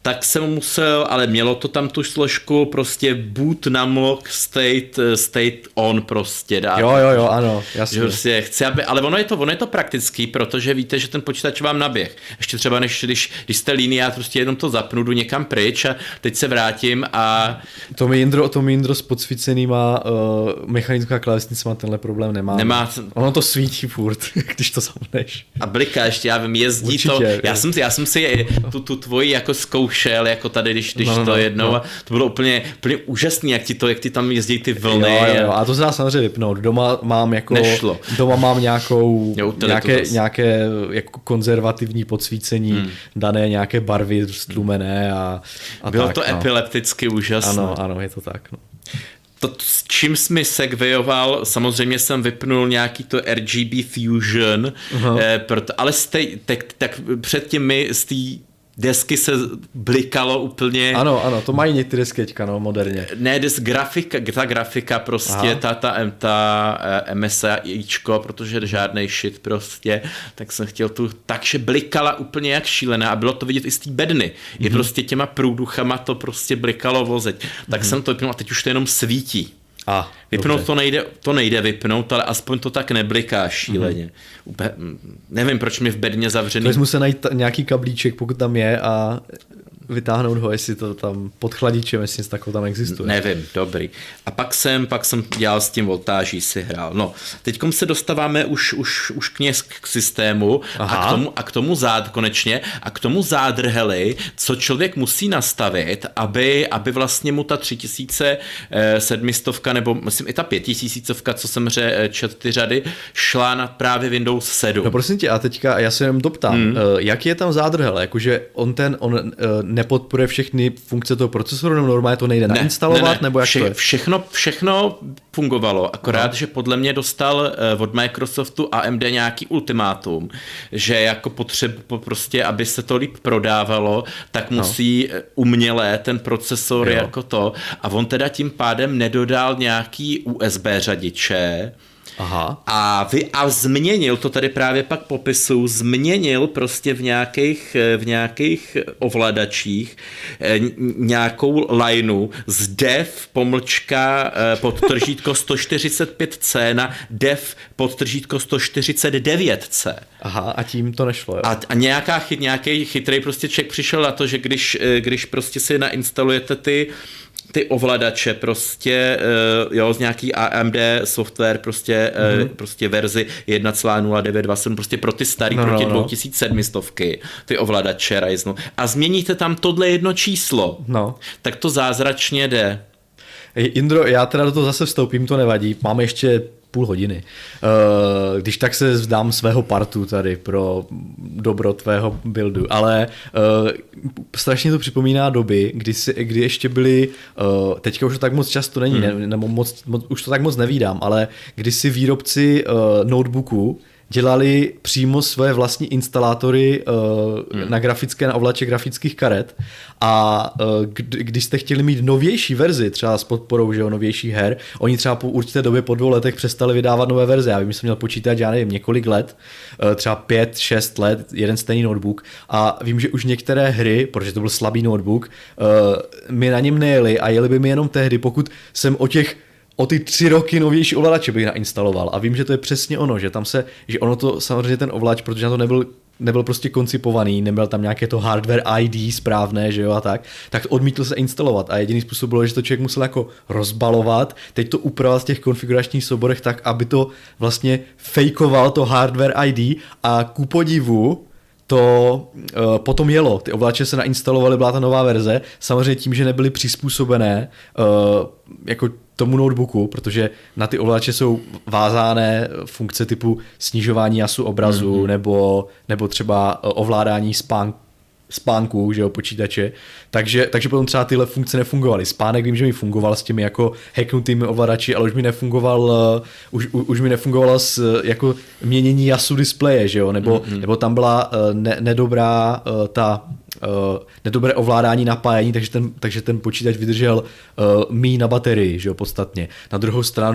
tak jsem musel, ale mělo to tam tu složku, prostě boot numlock state, state on prostě dát. Jo, jo, jo, ano, jasně. Že prostě chci, aby, ale ono je, to, ono je to praktický, protože víte, že ten počítač vám naběh. Ještě třeba než, když, když jste líný, já prostě jenom to zapnu, jdu někam pryč a teď se vrátím a... To mi Jindro, to mi Jindro s podsvícenýma uh, mechanická klávesnice má tenhle problém nemá. Nemá. Ono to svítí furt, když to zapneš. A bliká ještě, já vím, jezdí určitě, to. Já jsem, já jsem si tu, tu tvoji jako zkoušel, jako tady, když, když no, no, to jednou no. A to bylo úplně, úplně úžasný, jak ti, to, jak ti tam jezdí ty vlny. Jo, jo, jo. A to se dá samozřejmě vypnout. Doma mám jako... Nešlo. Doma mám nějakou, jo, nějaké, nějaké jako konzervativní podsvícení, hmm. dané nějaké barvy stlumené a, a bylo tak, to no. epilepticky úžasné. Ano, ano, je to tak, no. To, s čím jsi mi segwayoval, samozřejmě jsem vypnul nějaký to R G B Fusion, eh, proto, ale stej, tak, tak předtím mi z té desky se blikalo úplně... Ano, ano, to mají některé deskeťka, no, moderně. Ne, des grafika, ta grafika prostě, ta, ta, ta MSIčko, protože žádnej shit prostě, tak jsem chtěl tu, takže blikala úplně jak šílená a bylo to vidět i z té bedny. Mm-hmm. I prostě těma průduchama to prostě blikalo vozeť. Tak mm-hmm. jsem to vypnul a teď už to jenom svítí. A, vypnout to nejde, to nejde vypnout, ale aspoň to tak nebliká šíleně. Mm-hmm. Úplně, nevím, proč mi v bedně zavřený... To musel najít nějaký kablíček, pokud tam je a vytáhnout ho, jestli to tam pod chladičem, jestli něco takového tam existuje. Nevím, dobrý. A pak jsem, pak jsem dělal s tím voltáží, si hrál. No, teďkom se dostáváme už, už, už k, ně, k systému a k, tomu, a k tomu zád, konečně, a k tomu zádrheli, co člověk musí nastavit, aby, aby vlastně mu ta tři tisíce sedmistovka, nebo myslím i ta pětitisícovka, co jsem ře, čet ty řady, šla na právě Windows sedm. No prosím tě, a teďka já se jenom doptám, hmm. jaký je tam zádrhel? Jakože on ten, on nepodporuje všechny funkce toho procesoru, nebo normálně to nejde ne, nainstalovat, ne, ne. nebo jak Vše, to je? Všechno, všechno fungovalo, akorát, no. že podle mě dostal od Microsoftu A M D nějaký ultimátum, že jako potřebu prostě, aby se to líp prodávalo, tak musí no. uměle ten procesor jo. jako to, a on teda tím pádem nedodal nějaký U S B řadiče. Aha. A, vy, a změnil, to tady právě pak popisu, změnil prostě v nějakých, v nějakých ovladačích nějakou lineu z dev pomlčka podtržítko sto čtyřicet pět C na dev podtržítko sto čtyřicet devět C. Aha, a tím to nešlo, jo? A, a nějaká chyt, nějaký chytrý prostě člověk přišel na to, že když, když prostě si nainstalujete ty ty ovladače prostě, jo, z nějaký A M D software prostě, mm-hmm. prostě verzi jedna tečka nula devět dvacet sedm prostě pro ty starý, no, proti no, no. dvě tisíce sedm stovky, ty ovladače Ryzenu. A změníte tam tohle jedno číslo, no. tak to zázračně jde. Indro, já teda do toho zase vstoupím, to nevadí, máme ještě půl hodiny. Když tak se vzdám svého partu tady pro dobro tvého buildu, ale strašně to připomíná doby, kdy, si, kdy ještě byly, teďka už to tak moc často není, hmm. ne, ne, moc, moc, už to tak moc nevídám, ale kdy si výrobci notebooků dělali přímo svoje vlastní instalátory uh, hmm. na grafické, na ovladače grafických karet a uh, kdy, když jste chtěli mít novější verzi, třeba s podporou, že jo, novějších her, oni třeba po určité době, po dvou letech přestali vydávat nové verze. Já vím, že jsem měl počítat, já nevím, několik let, uh, třeba pět, šest let, jeden stejný notebook a vím, že už některé hry, protože to byl slabý notebook, uh, mi na něm nejeli a jeli by mi jenom tehdy, pokud jsem o těch o ty tři roky novější ovladače bych nainstaloval a vím, že to je přesně ono, že tam se, že ono to samozřejmě ten ovladač, protože na to nebyl, nebyl prostě koncipovaný, nebyl tam nějaké to hardware I D správné, že jo a tak, tak odmítl se instalovat a jediný způsob bylo, že to člověk musel jako rozbalovat, teď to upravovat v těch konfiguračních souborech tak, aby to vlastně fejkoval to hardware I D a ku podivu to uh, potom jelo, ty ovladače se nainstalovaly, byla ta nová verze, samozřejmě tím, že nebyly přizpůsobené uh, jako tomu notebooku, protože na ty ovladače jsou vázáné funkce typu snižování jasu obrazu mm-hmm. nebo, nebo třeba ovládání spánku, spánku, že jo, počítače, takže, takže potom třeba tyhle funkce nefungovaly. Spánek vím, že mi fungoval s těmi jako hacknutými ovladači, ale už mi nefungoval uh, už, už mi nefungovalo s jako měnění jasu displeje, že jo, nebo, mm-hmm. nebo tam byla uh, ne, nedobrá uh, ta Uh, nedobré ovládání napájení, takže ten, takže ten počítač vydržel uh, míň na baterii, že jo, podstatně. Na druhou stranu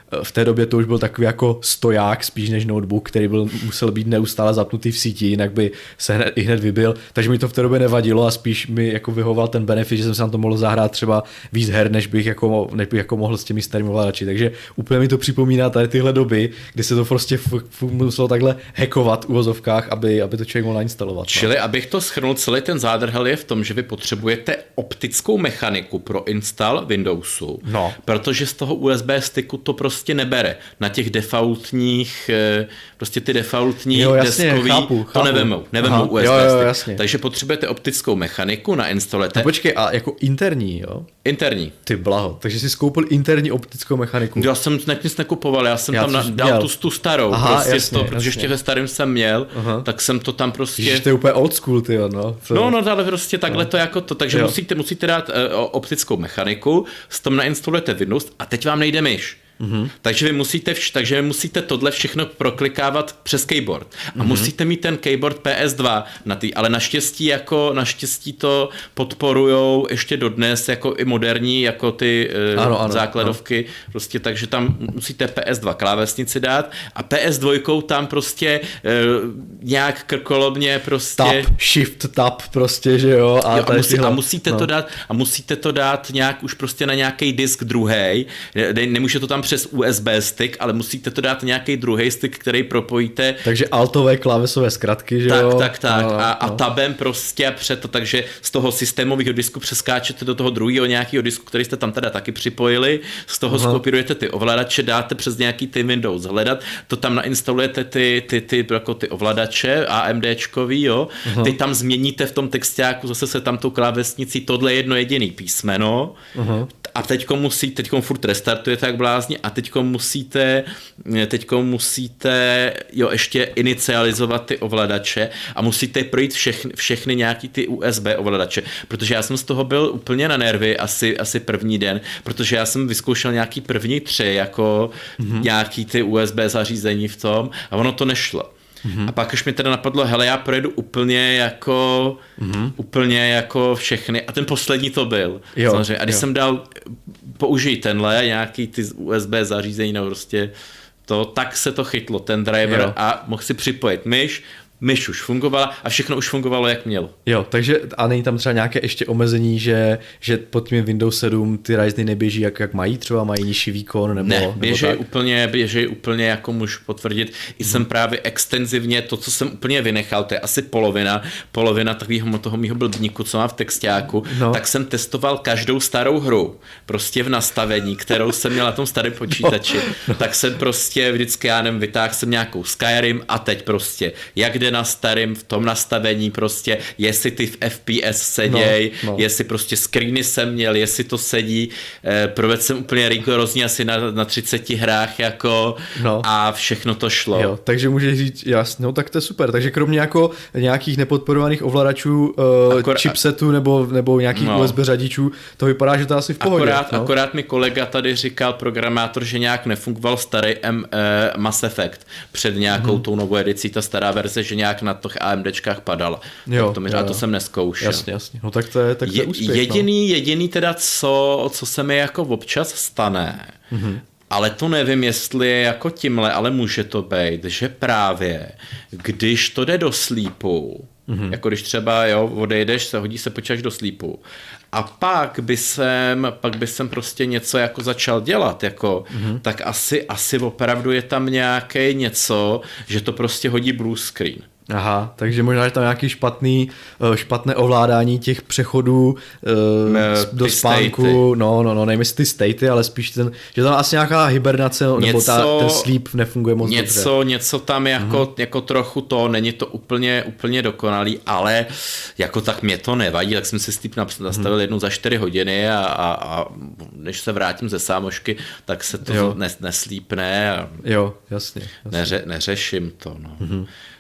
v té době to už byl takový jako stoják spíš než notebook, který byl, musel být neustále zapnutý v síti, jinak by se hned, i hned vybil, takže mi to v té době nevadilo a spíš mi jako vyhoval ten benefit, že jsem se na to mohl zahrát třeba víc her, než bych jako, než bych jako mohl s těmi starými ovladači, takže úplně mi to připomíná tady tyhle doby, kdy se to prostě f- f- muselo takhle hackovat v uvozovkách, aby, aby to člověk mohl nainstalovat. Čili, no. abych to shrnul, celý ten zádrhel je v tom, že vy potřebujete optickou mechaniku pro install Windowsu, no. protože z toho U S B sticku to prostě nebere. Na těch defaultních, prostě ty defaultní jo, jasně, deskový, chápu, chápu. to nevemou, nevemou Aha, U S B jo, jo, stick. jasně. Takže potřebujete optickou mechaniku, nainstalujete. No počkej, a jako interní, jo? Interní. Ty blaho, takže jsi skoupil interní optickou mechaniku. Já jsem nic nekupoval, já jsem já tam na, dal tu, tu starou, Aha, prostě jasně, to, protože jasně. ještě ve starém jsem měl, Aha. tak jsem to tam prostě... Ježiš, to je úplně old school, ty no. Co? No, no, ale prostě takhle no. to jako to, takže musíte, musíte dát uh, optickou mechaniku, s tom nainstalujete Windows a teď vám nejde myš. Mm-hmm. Takže vy musíte, vš- takže vy musíte tohle všechno proklikávat přes keyboard. A mm-hmm. musíte mít ten keyboard P S dva na tý, ale naštěstí jako naštěstí to podporujou ještě dodnes jako i moderní jako ty uh, ano, ano, základovky, ano. prostě takže tam musíte P S dva klávesnici dát a P S dva tam prostě uh, nějak krkolobně prostě tab, shift tab prostě, že jo. A, jo, a, musí, tyhle... a musíte no. to dát a musíte to dát nějak už prostě na nějaký disk druhý. Ne, nemůže to tam přes U S B stick, ale musíte to dát nějaký druhý stick, který propojíte. Takže altové klávesové zkratky, že tak, jo? Tak, tak, no, a, a no. tabem prostě před to, takže z toho systémového disku přeskáčete do toho druhého nějakého disku, který jste tam teda taky připojili, z toho Aha. skopírujete ty ovladače, dáte přes nějaký ty Windows hledat, to tam nainstalujete ty, ty, ty, jako ty ovladače AMDčkový, jo, Aha. ty tam změníte v tom textáku, zase se tam tou klávesnicí tohle jedno jediný písmeno Aha. a teďko musí, teďko furt restartujete jak blázni a teďko musíte, teďko musíte jo, ještě inicializovat ty ovladače a musíte projít všechny, všechny nějaký ty U S B ovladače, protože já jsem z toho byl úplně na nervy asi, asi první den, protože já jsem vyzkoušel nějaký první tři jako mm-hmm. nějaký ty U S B zařízení v tom a ono to nešlo. Mm-hmm. A pak už mi teda napadlo, hele, já projedu úplně jako mm-hmm. úplně jako všechny a ten poslední to byl. Jo, samozřejmě. A když jo. jsem dal použij tenhle nějaký ty U S B zařízení nebo prostě to, tak se to chytlo, ten driver jo. a mohl si připojit myš, myš už fungovala a všechno už fungovalo, jak mělo. Jo, takže a není tam třeba nějaké ještě omezení, že, že pod tím Windows sedm ty Ryzeny neběží jak, jak mají, třeba mají nižší výkon nebo ne, běží nebo úplně, běží úplně, jako můžu potvrdit. I hmm. jsem právě extenzivně, to, co jsem úplně vynechal, to je asi polovina, polovina takového toho mýho blbníku, co mám v textáku, no. tak jsem testoval každou starou hru, prostě v nastavení, kterou jsem měl na tom starém počítači. No. No. Tak jsem prostě vždycky, já nevím, vytáhl jsem nějakou Skyrim a teď prostě, jak jde na starém v tom nastavení prostě, jestli ty v F P S seděj, no, no. jestli prostě screeny jsem měl, jestli to sedí, eh, provedl jsem úplně rigorozně asi na, na třiceti hrách jako no. a všechno to šlo. Jo, takže můžeš říct, jasně, no tak to je super, takže kromě jako nějakých nepodporovaných ovladačů, uh, Akor- chipsetů nebo, nebo nějakých no. U S B řadičů, to vypadá, že to asi v pohodě. Akorát, no? akorát mi kolega tady říkal, programátor, že nějak nefungoval starý M, eh, Mass Effect před nějakou hmm. tou novou edicí, ta stará verze, že nějak na těch AMDčkách padala. Jo, tak to, mi, jo, to jsem neskoušel. Jasně, jasně. No tak to je, tak to je úspěch. Jediný, no. jediný teda, co, co se mi jako občas stane, mm-hmm. ale to nevím, jestli je jako tímhle, ale může to být, že právě, když to jde do sleepu, mm-hmm. jako když třeba jo, odejdeš, se hodí se počítač do sleepu, a pak by jsem, pak by jsem prostě něco jako začal dělat, jako, mm-hmm. tak asi, asi opravdu je tam nějaké něco, že to prostě hodí blue screen. Aha, takže možná, že tam nějaký špatný, špatné ovládání těch přechodů uh, do spánku, statey. no, no, no, nevím jestli ty statey, ale spíš ten, že tam asi nějaká hibernace, něco, nebo ta, ten sleep nefunguje moc něco, dobře. Něco tam jako, mm-hmm. jako trochu to, není to úplně, úplně dokonalý, ale jako tak mě to nevadí, tak jsem si sleep nastavil mm-hmm. jednou za čtyři hodiny a, a, a než se vrátím ze sámošky, tak se to nes, neslípne a jo, jasně, jasně. Neře, neřeším to, no. Mm-hmm.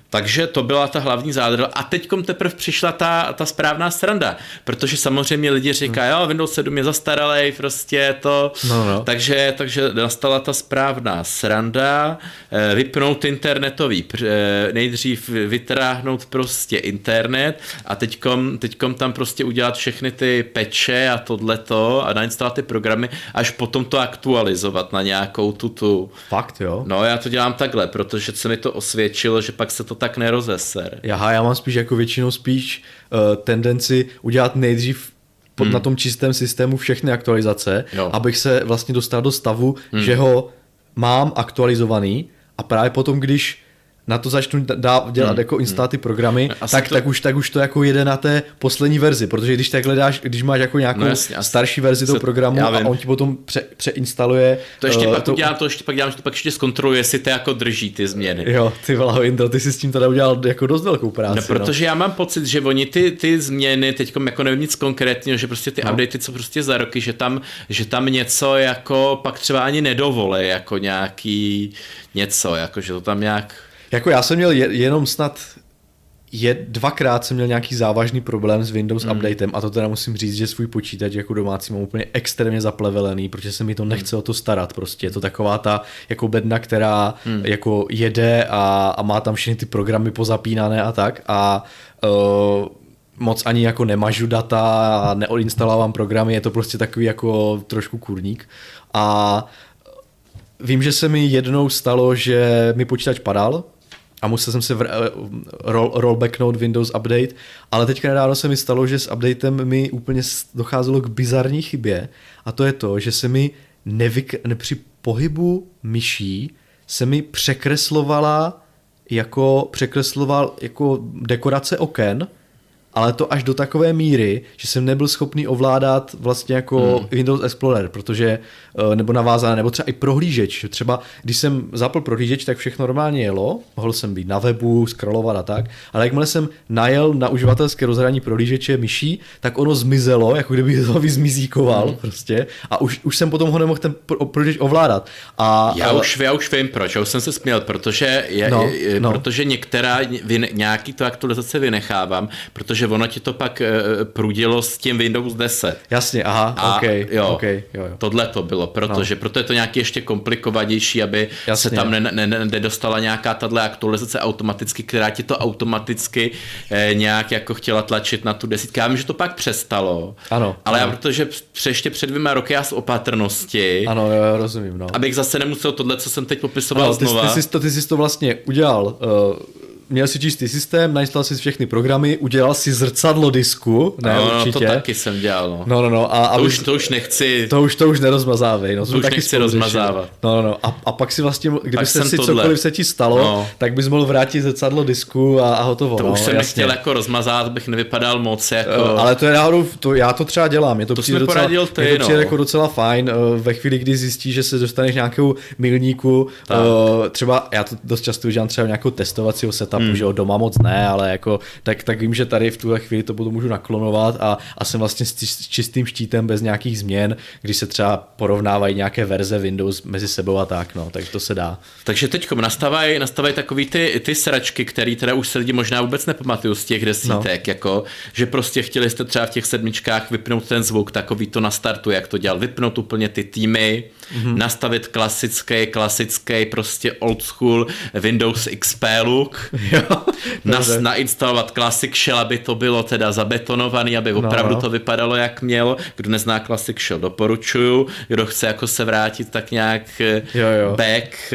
Takže to byla ta hlavní zádrhel. A teďkom teprve přišla ta, ta správná sranda, protože samozřejmě lidi říkají, jo, Windows sedm je zastaralej, prostě to. No, no. Takže, takže nastala ta správná sranda, vypnout internetový, nejdřív vytráhnout prostě internet a teďkom, teďkom tam prostě udělat všechny ty peče a tohleto a nainstalovat ty programy, až potom to aktualizovat na nějakou tutu. Fakt, jo? No, já to dělám takhle, protože se mi to osvědčilo, že pak se to tak nerozeser. Jaha, já mám spíš jako většinou spíš uh, tendenci udělat nejdřív pod, hmm. na tom čistém systému všechny aktualizace, jo. abych se vlastně dostal do stavu, hmm. že ho mám aktualizovaný a právě potom, když na to začnu dá, dělat hmm. jako instalat ty programy, tak, to... tak, už, tak už to jako jede na té poslední verzi, protože když takhle dáš, když máš jako nějakou no jasně, starší verzi toho programu a on ti potom pře, přeinstaluje. To ještě uh, pak to... udělám, to ještě pak dělám, že to pak ještě zkontroluje, jestli to jako drží ty změny. Jo, ty vole, Intel, ty jsi s tím teda udělal jako dost velkou práci. No, protože no. já mám pocit, že oni ty, ty změny, teďkom jako nevím nic konkrétního, že prostě ty no. updaty, co prostě za roky, že tam, že tam něco jako pak třeba ani nedovolí, jako nějaký něco, jako že to tam nějak... Jako já jsem měl je, jenom snad je, dvakrát jsem měl nějaký závažný problém s Windows mm. updatem a to teda musím říct, že svůj počítač jako domácí mám úplně extrémně zaplevelený, protože se mi to nechce mm. o to starat prostě. Je to taková ta jako bedna, která mm. jako jede a, a má tam všechny ty programy pozapínané a tak a uh, moc ani jako nemažu data a neodinstalovám programy, je to prostě takový jako trošku kurník a vím, že se mi jednou stalo, že mi počítač padal a musel jsem se vr- roll, rollbacknout Windows Update, ale teďka nedávno se mi stalo, že s updatem mi úplně docházelo k bizarní chybě a to je to, že se mi nevyk- při pohybu myší se mi překreslovala jako překresloval jako dekorace oken, ale to až do takové míry, že jsem nebyl schopný ovládat vlastně jako hmm. Windows Explorer, protože, nebo navázané, nebo třeba i prohlížeč. Třeba když jsem zapl prohlížeč, tak všechno normálně jelo, mohl jsem být na webu, scrollovat a tak, ale jakmile jsem najel na uživatelské rozhraní prohlížeče myší, tak ono zmizelo, jako kdyby to vyzmizíkoval hmm. prostě a už, už jsem potom ho nemohl ten prohlížeč ovládat. A, já, ale... už, já už vím proč, já už jsem se směl, protože, je, no, je, no. protože některá, vyne, nějaký to aktualizace vynechávám, protože ono ti to pak uh, prudilo s tím Windows deset. Jasně, aha, a okay, jo, okay, jo, jo. Tohle to bylo, protože no. proto je to nějaký ještě komplikovanější, aby Jasně. se tam nedostala ne, ne, nějaká tato aktualizace automaticky, která ti to automaticky eh, nějak jako chtěla tlačit na tu desítku. Já vím, že to pak přestalo, ano, ale ano. já protože ještě před dvěma roky já z opatrnosti, ano, jo, rozumím, no. abych zase nemusel tohle, co jsem teď popisoval ano, ty, znova. Ty jsi to, ty jsi to vlastně udělal... Uh... Měl si čistý systém, nainstaloval si všechny programy, udělal si zrcadlo disku, ne no, určitě. No, to taky jsem dělal, no. No, no, no. A, to, a už, to už nechci... To už, to už nerozmazávej. No, to už taky nechci rozmazávat. No, no, no. A, a pak si vlastně, kdyby pak se si tohle. cokoliv se ti stalo, no. tak bys mohl vrátit zrcadlo disku a, a hotovo. To no, už jsem jasně. nechtěl jako rozmazát, bych nevypadal moc jako... Uh, ale to je náhodou, to, já to třeba dělám. Je to, to přijde, docela, ty, je to přijde no. jako docela fajn. Uh, ve chvíli, kdy zjistíš, že se dostaneš nějakou milníku, uh, třeba, já to dost často udělám třeba nějakou testovacího setupu, hmm. že jo, doma moc ne, ale jako tak, tak vím, že tady v tuhle chvíli to potom můžu naklonovat a, a jsem vlastně s, s čistým štítem bez nějakých změn, když se třeba porovnávají nějaké verze Windows mezi sebou a tak, no, tak to se dá. Takže teďkom nastávají nastávají takový ty, ty sračky, který teda už se lidi možná vůbec nepamatují z těch desítek, no. jako, že prostě chtěli jste třeba v těch sedmičkách vypnout ten zvuk, takový to na startu, jak to dělal, vypnout úplně ty týmy, mm-hmm. nastavit klasický, klasický prostě old school Windows X P look, nas, nainstalovat Classic Shell, aby to bylo teda zabetonovaný, aby opravdu no. to vypadalo jak mělo. Kdo nezná Classic Shell, doporučuju. Kdo chce jako se vrátit tak nějak jo, jo. back,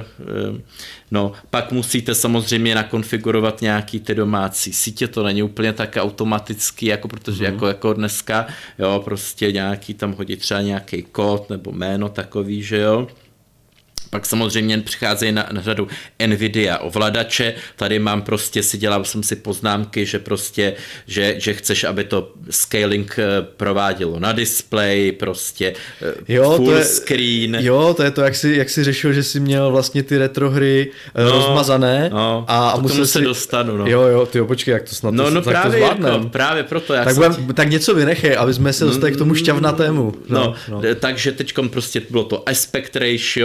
no, pak musíte samozřejmě nakonfigurovat nějaký ty domácí sítě, to není úplně tak automatický, jako protože mm. jako, jako dneska, jo, prostě nějaký tam hodí třeba nějaký kód nebo jméno takový, že jo. Pak samozřejmě přicházejí na, na řadu Nvidia ovladače, tady mám prostě, si dělal jsem si poznámky, že prostě, že, že chceš, aby to scaling provádělo na displeji, prostě jo, full to je, screen. Jo, to je to, jak jsi, jak jsi řešil, že jsi měl vlastně ty retrohry no, rozmazané no, a, a musel se si... dostanu, no. Jo, jo, tyjo, počkej, jak to snad no, to, no, tak právě to zvládnem. Jako, právě proto. Jak tak, budem, ti... tak něco vynechej, aby jsme se dostali k tomu šťavnatému. No, no, no. Takže teďkom prostě bylo to aspect ratio, prostě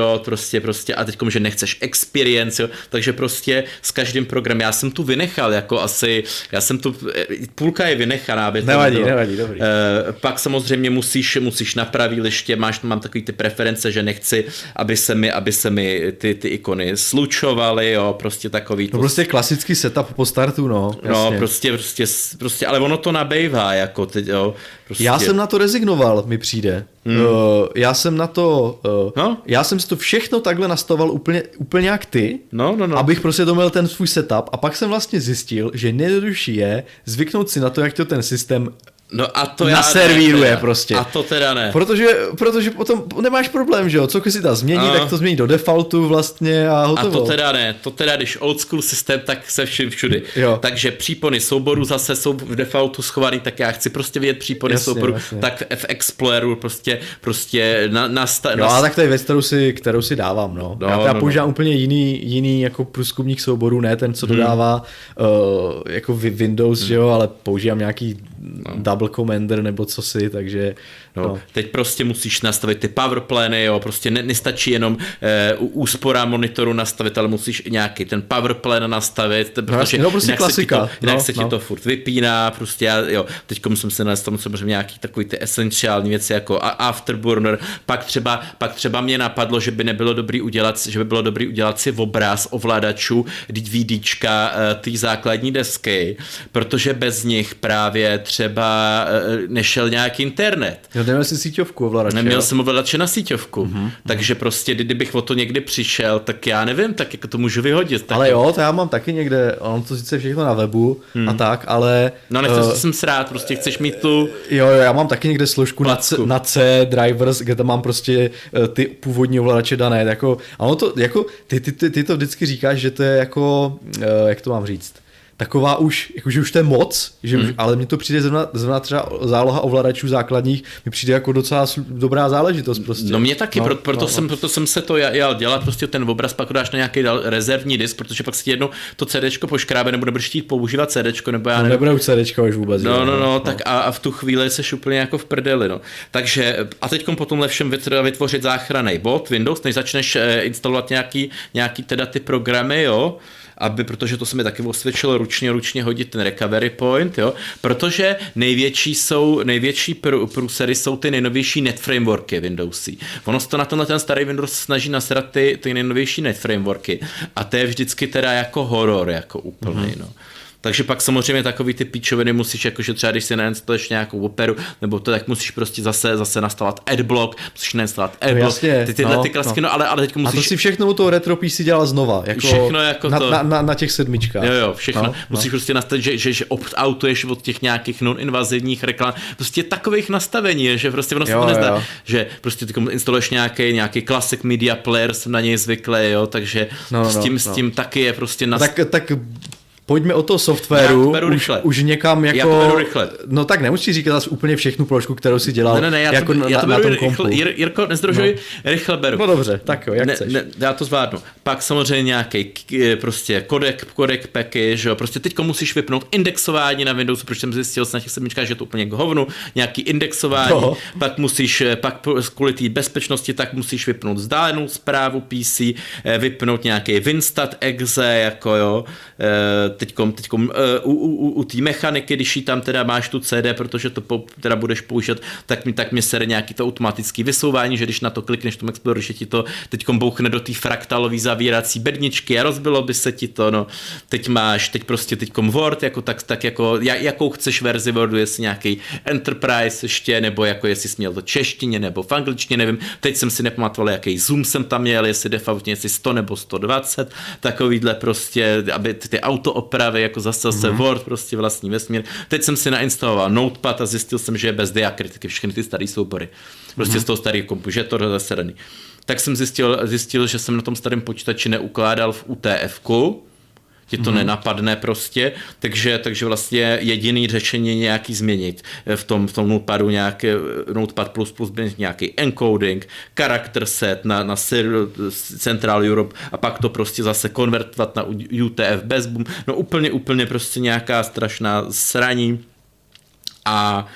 prostě, prostě a teďkom, že nechceš experience, jo, takže prostě s každým programem, já jsem tu vynechal, jako asi, já jsem tu, půlka je vynechaná. Nevadí, nevadí, dobrý. Uh, pak samozřejmě musíš, musíš na pravý liště, máš, mám takový ty preference, že nechci, aby se mi, aby se mi ty, ty ikony slučovaly, jo, prostě takový. No prostě klasický setup po startu, no. Jasně. No, prostě, prostě, prostě, ale ono to nabejvá, jako teď, jo. Prostě. Já jsem na to rezignoval, mi přijde. Hmm. Uh, já jsem na to, uh, no? já jsem si to všechno takhle nastavoval úplně, úplně jak ty, no, no, no. abych prostě to měl ten svůj setup a pak jsem vlastně zjistil, že nejjednodušší je zvyknout si na to, jak to ten systém no a to naservíruje ne, prostě. A to teda ne. Protože, protože potom nemáš problém, že jo, cokoliv si tam změní, a. tak to změní do defaultu vlastně a hotovo. A to teda ne, to teda, když old school systém, tak se všim všudy. Jo. Takže přípony souboru zase jsou v defaultu schovaný, tak já chci prostě vidět přípony jasně, souboru, jasně. tak v Exploreru prostě, prostě na, na, sta, no, a tak to je věc, kterou si, kterou si dávám, no. no já, já no, používám no. úplně jiný, jiný jako průzkumník souborů, ne ten, co dodává hmm. uh, jako Windows, hmm. že jo, ale používám nějaký no. double commander nebo co si, takže no, no. Teď prostě musíš nastavit ty power plány, jo, prostě ne, nestačí jenom e, úspora monitoru nastavit, ale musíš nějaký ten power plan nastavit, protože no, prostě jinak klasika. se ti to, jinak no, se ti no. to furt vypíná, prostě já, jo, teďkom jsem se nastavil samozřejmě nějaký takový ty esenciální věci jako Afterburner, pak třeba, pak třeba mě napadlo, že by nebylo dobrý udělat, že by bylo dobrý udělat si obraz ovladačů DVDčka té základní desky, protože bez nich právě třeba nešel nějaký internet. Jo, neměl jsi síťovku ovladače. Neměl jo? jsem ovladače na síťovku. Mm-hmm. Takže prostě, kdybych o to někdy přišel, tak já nevím, tak jako to můžu vyhodit. Tak ale jo, to já mám taky někde, on to sice všechno na webu hmm. a tak, ale... No nechceš uh, jsem srát, prostě chceš mít tu... Jo, jo, já mám taky někde složku na C, na C drivers, kde tam mám prostě uh, ty původní ovladače dané. Jako, a ono to, jako, ty, ty, ty, ty to vždycky říkáš, že to je jako, uh, jak to mám říct, taková už, jakože už to je moc, že hmm. už, ale mně to přijde zrovna, zrovna třeba záloha ovladačů základních, mi přijde jako docela dobrá záležitost prostě. No mě taky, no, proto, proto, no, jsem, no. proto jsem se to jel dělat, prostě ten obraz pak dáš na nějaký rezervní disk, protože pak si ti jednou to CDčko poškrábe, nebo nebudeš chtít používat CDčko, nebo já no, nevím. Nebude už CDčko už vůbec. No, no, no, no, tak a, a v tu chvíli seš úplně jako v prdeli, no. Takže a teďkom potom lepším vytvořit záchranný bod Windows, než začneš instalovat nějaký, nějaký teda ty programy, jo, aby, protože to se mi taky osvědčilo ručně, ručně hodit ten recovery point, jo, protože největší jsou, největší prů, průsery jsou ty nejnovější net frameworky Windowsy. Ono se to na tenhle ten starý Windows snaží nasrat ty, ty nejnovější net frameworky a to je vždycky teda jako horor, jako úplný, mm-hmm. no. Takže pak samozřejmě takový ty píčoviny musíš, jakože třeba když si nainstaluješ nějakou operu, nebo to, tak musíš prostě zase, zase nastavovat adblock, musíš nainstalovat adblock, no ty tyhle no, ty klasky, no. no ale, ale teď musíš... A to si všechno u toho retro P C dělal znova, jako, všechno jako na, to... na, na, na těch sedmičkách. Jo, jo, všechno. No, musíš no. prostě nastavit, že, že, že opt-outuješ od těch nějakých non-invazivních reklam, prostě takových nastavení, že prostě ono se to nezdá, jo. že prostě ty instaluješ nějaký, nějaký classic media player, jsem na něj zvyklý, jo, takže no, no, s tím, no. s tím taky je prostě nast... Tak, tak pojďme od toho softwaru, už, už někam jako... Já to beru rychle. No tak nemusíš říkat zase úplně všechnu plošku, kterou si dělal. Ne, ne, ne, já jako to, na, já to beru na tom rychle, kompu. Jir, Jirko, nezdržuj, no. rychle beru. No dobře, tak jo, jak ne, chceš. Ne, já to zvládnu. Pak samozřejmě nějaký prostě kodek, kodek package, jo, prostě teďko musíš vypnout indexování na Windowsu, protože jsem zjistil na těch sedmičkách, že je to úplně k hovnu, nějaký indexování, no. pak musíš, pak kvůli té bezpečnosti, tak musíš vypnout vzdálenou zprávu P C, vypnout nějaký Winstat exe, jako jo, teďkom, teďkom u, u, u té mechaniky, když ji tam teda máš tu C D, protože to po, teda budeš použít, tak mi, tak mi sere nějaký to automatický vysouvání, že když na to klikneš, tom Explorer, že ti to teďkom bouchne do té fraktalový zavírací bedničky a rozbilo by se ti to, no. Teď máš, teď prostě teďkom Word, jako tak, tak jako, jakou chceš verzi Wordu, jestli nějaký Enterprise ještě, nebo jako jestli jsi měl to češtině, nebo v angličtině, nevím. Teď jsem si nepamatoval, jaký zoom jsem tam měl, jestli defaultně, jestli sto nebo sto dvacet, takovýhle prostě, aby ty autoopravy, jako zase mm-hmm. Word, prostě vlastní vesmír. Teď jsem si nainstaloval Notepad a zjistil jsem, že je bez diakritiky, všechny ty starý soubory. Prostě mm-hmm. z toho starého kompu, že je to zase daný. Tak jsem zjistil, zjistil, že jsem na tom starém počítači neukládal v U T F-ku, ti to mm-hmm. nenapadne prostě, takže, takže vlastně jediný řešení je nějaký změnit v tom, v tom Notepadu nějaký Notepad plus plus nějaký encoding, character set na, na Central Europe a pak to prostě zase konvertovat na U T F Bassboom, no úplně, úplně prostě nějaká strašná sraní a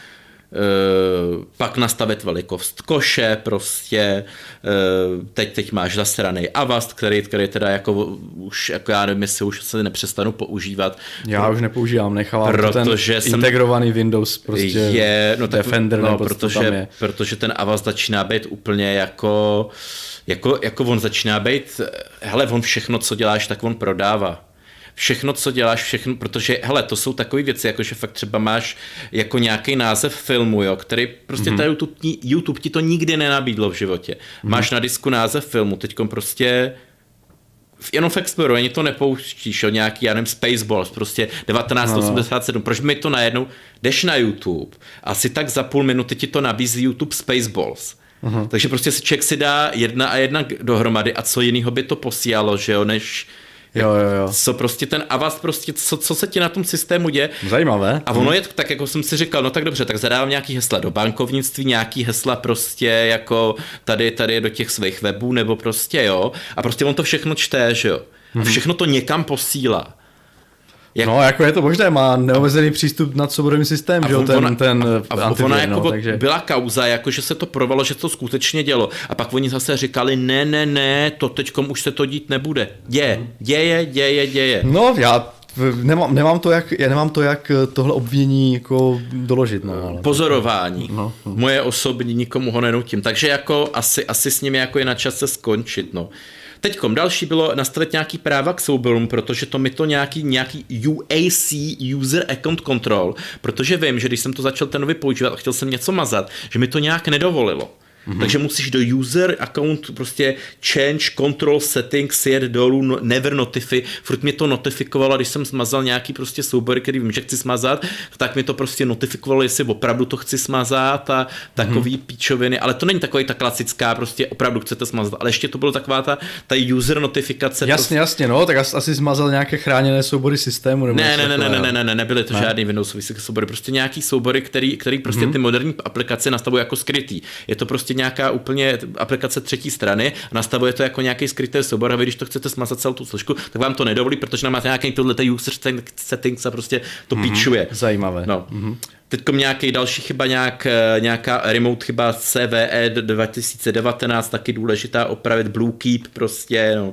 Uh, pak nastavit velikost koše, prostě uh, teď, teď máš zasranej Avast, který, který teda jako už, jako já nevím, jestli už se nepřestanu používat. Já už nepoužívám, nechávám protože ten jsem, integrovaný Windows prostě je, no, Defender, no, nebo protože, co tam je. protože ten Avast začíná být úplně jako, jako, jako on začíná být, hele, on všechno, co děláš, tak on prodává. Všechno, co děláš, všechno, protože, hele, to jsou takové věci, jako že fakt třeba máš jako nějaký název filmu, jo, který prostě mm-hmm. ta YouTube, YouTube ti to nikdy nenabídlo v životě. Mm-hmm. Máš na disku název filmu, teďkom prostě jenom v Exploru, ani to nepouštíš, jo, nějaký, já nevím, Spaceballs, prostě devatenáct osmdesát sedm, no. Proč mi to najednou, jdeš na YouTube, asi tak za půl minuty ti to nabízí YouTube Spaceballs. Uh-huh. Takže prostě si člověk si dá jedna a jedna dohromady a co jinýho by to posílalo, že jo, než Jo, jo, jo. co prostě ten Avast, prostě, co, co se ti na tom systému děje. Zajímavé. A ono je tak, jako jsem si říkal, no tak dobře, tak zadávám nějaký hesla do bankovnictví, nějaký hesla prostě jako tady, tady do těch svých webů, nebo prostě jo. A prostě on to všechno čte, že jo. A všechno to někam posílá. Jak... No, jako je to možné, má neomezený přístup nad souborovým systém, že jo, ten, ona, ten a, a ona jako no, takže... byla kauza, jako že se to provalo, že to skutečně dělo. A pak oni zase říkali, ne, ne, ne, to teďkom už se to dít nebude. Děje, děje, děje, děje. No, já nemám, nemám, to, jak, já nemám to, jak tohle obvinění jako doložit. No, ale... Pozorování. No, no. Moje osobní, nikomu ho nenutím. Takže jako asi, asi s nimi jako je na čase skončit, no. Teďkom další bylo nastavit nějaký práva k souborům, protože to mi to nějaký, nějaký U A C, User Account Control, protože vím, že když jsem to začal ten nový používat a chtěl jsem něco mazat, že mi to nějak nedovolilo. Mm-hmm. Takže musíš do user account prostě change control settings jet dolů no, never notify, furt mě to notifikovalo, když jsem smazal nějaký prostě soubory, který vím, že chci smazat, tak mi to prostě notifikovalo, jestli opravdu to chci smazat a takový mm-hmm. píčoviny, ale to není takový ta klasická, prostě opravdu chcete smazat, ale ještě to bylo taková ta, ta user notifikace. Jasně, to... jasně, no, tak asi smazal nějaké chráněné soubory systému. Nebo ne, ne, ne, ne, ne, ne, ne, ne, nebyly to ne. žádný Windowsový soubory, prostě nějaký soubory, který, který prostě mm-hmm. ty moderní aplikace nastavují jako skrytý. Je to prostě nějaká úplně aplikace třetí strany a nastavuje to jako nějaký skrytý soubor a vy, když to chcete smazat celou tu složku, tak vám to nedovolí, protože nám máte nějaký tohleto user settings a prostě to mm-hmm. píčuje. Zajímavé. No. Mm-hmm. Teďkom nějaký další chyba, nějak, nějaká remote chyba C V E dva tisíce devatenáct, taky důležitá opravit, Blue Keep prostě, no.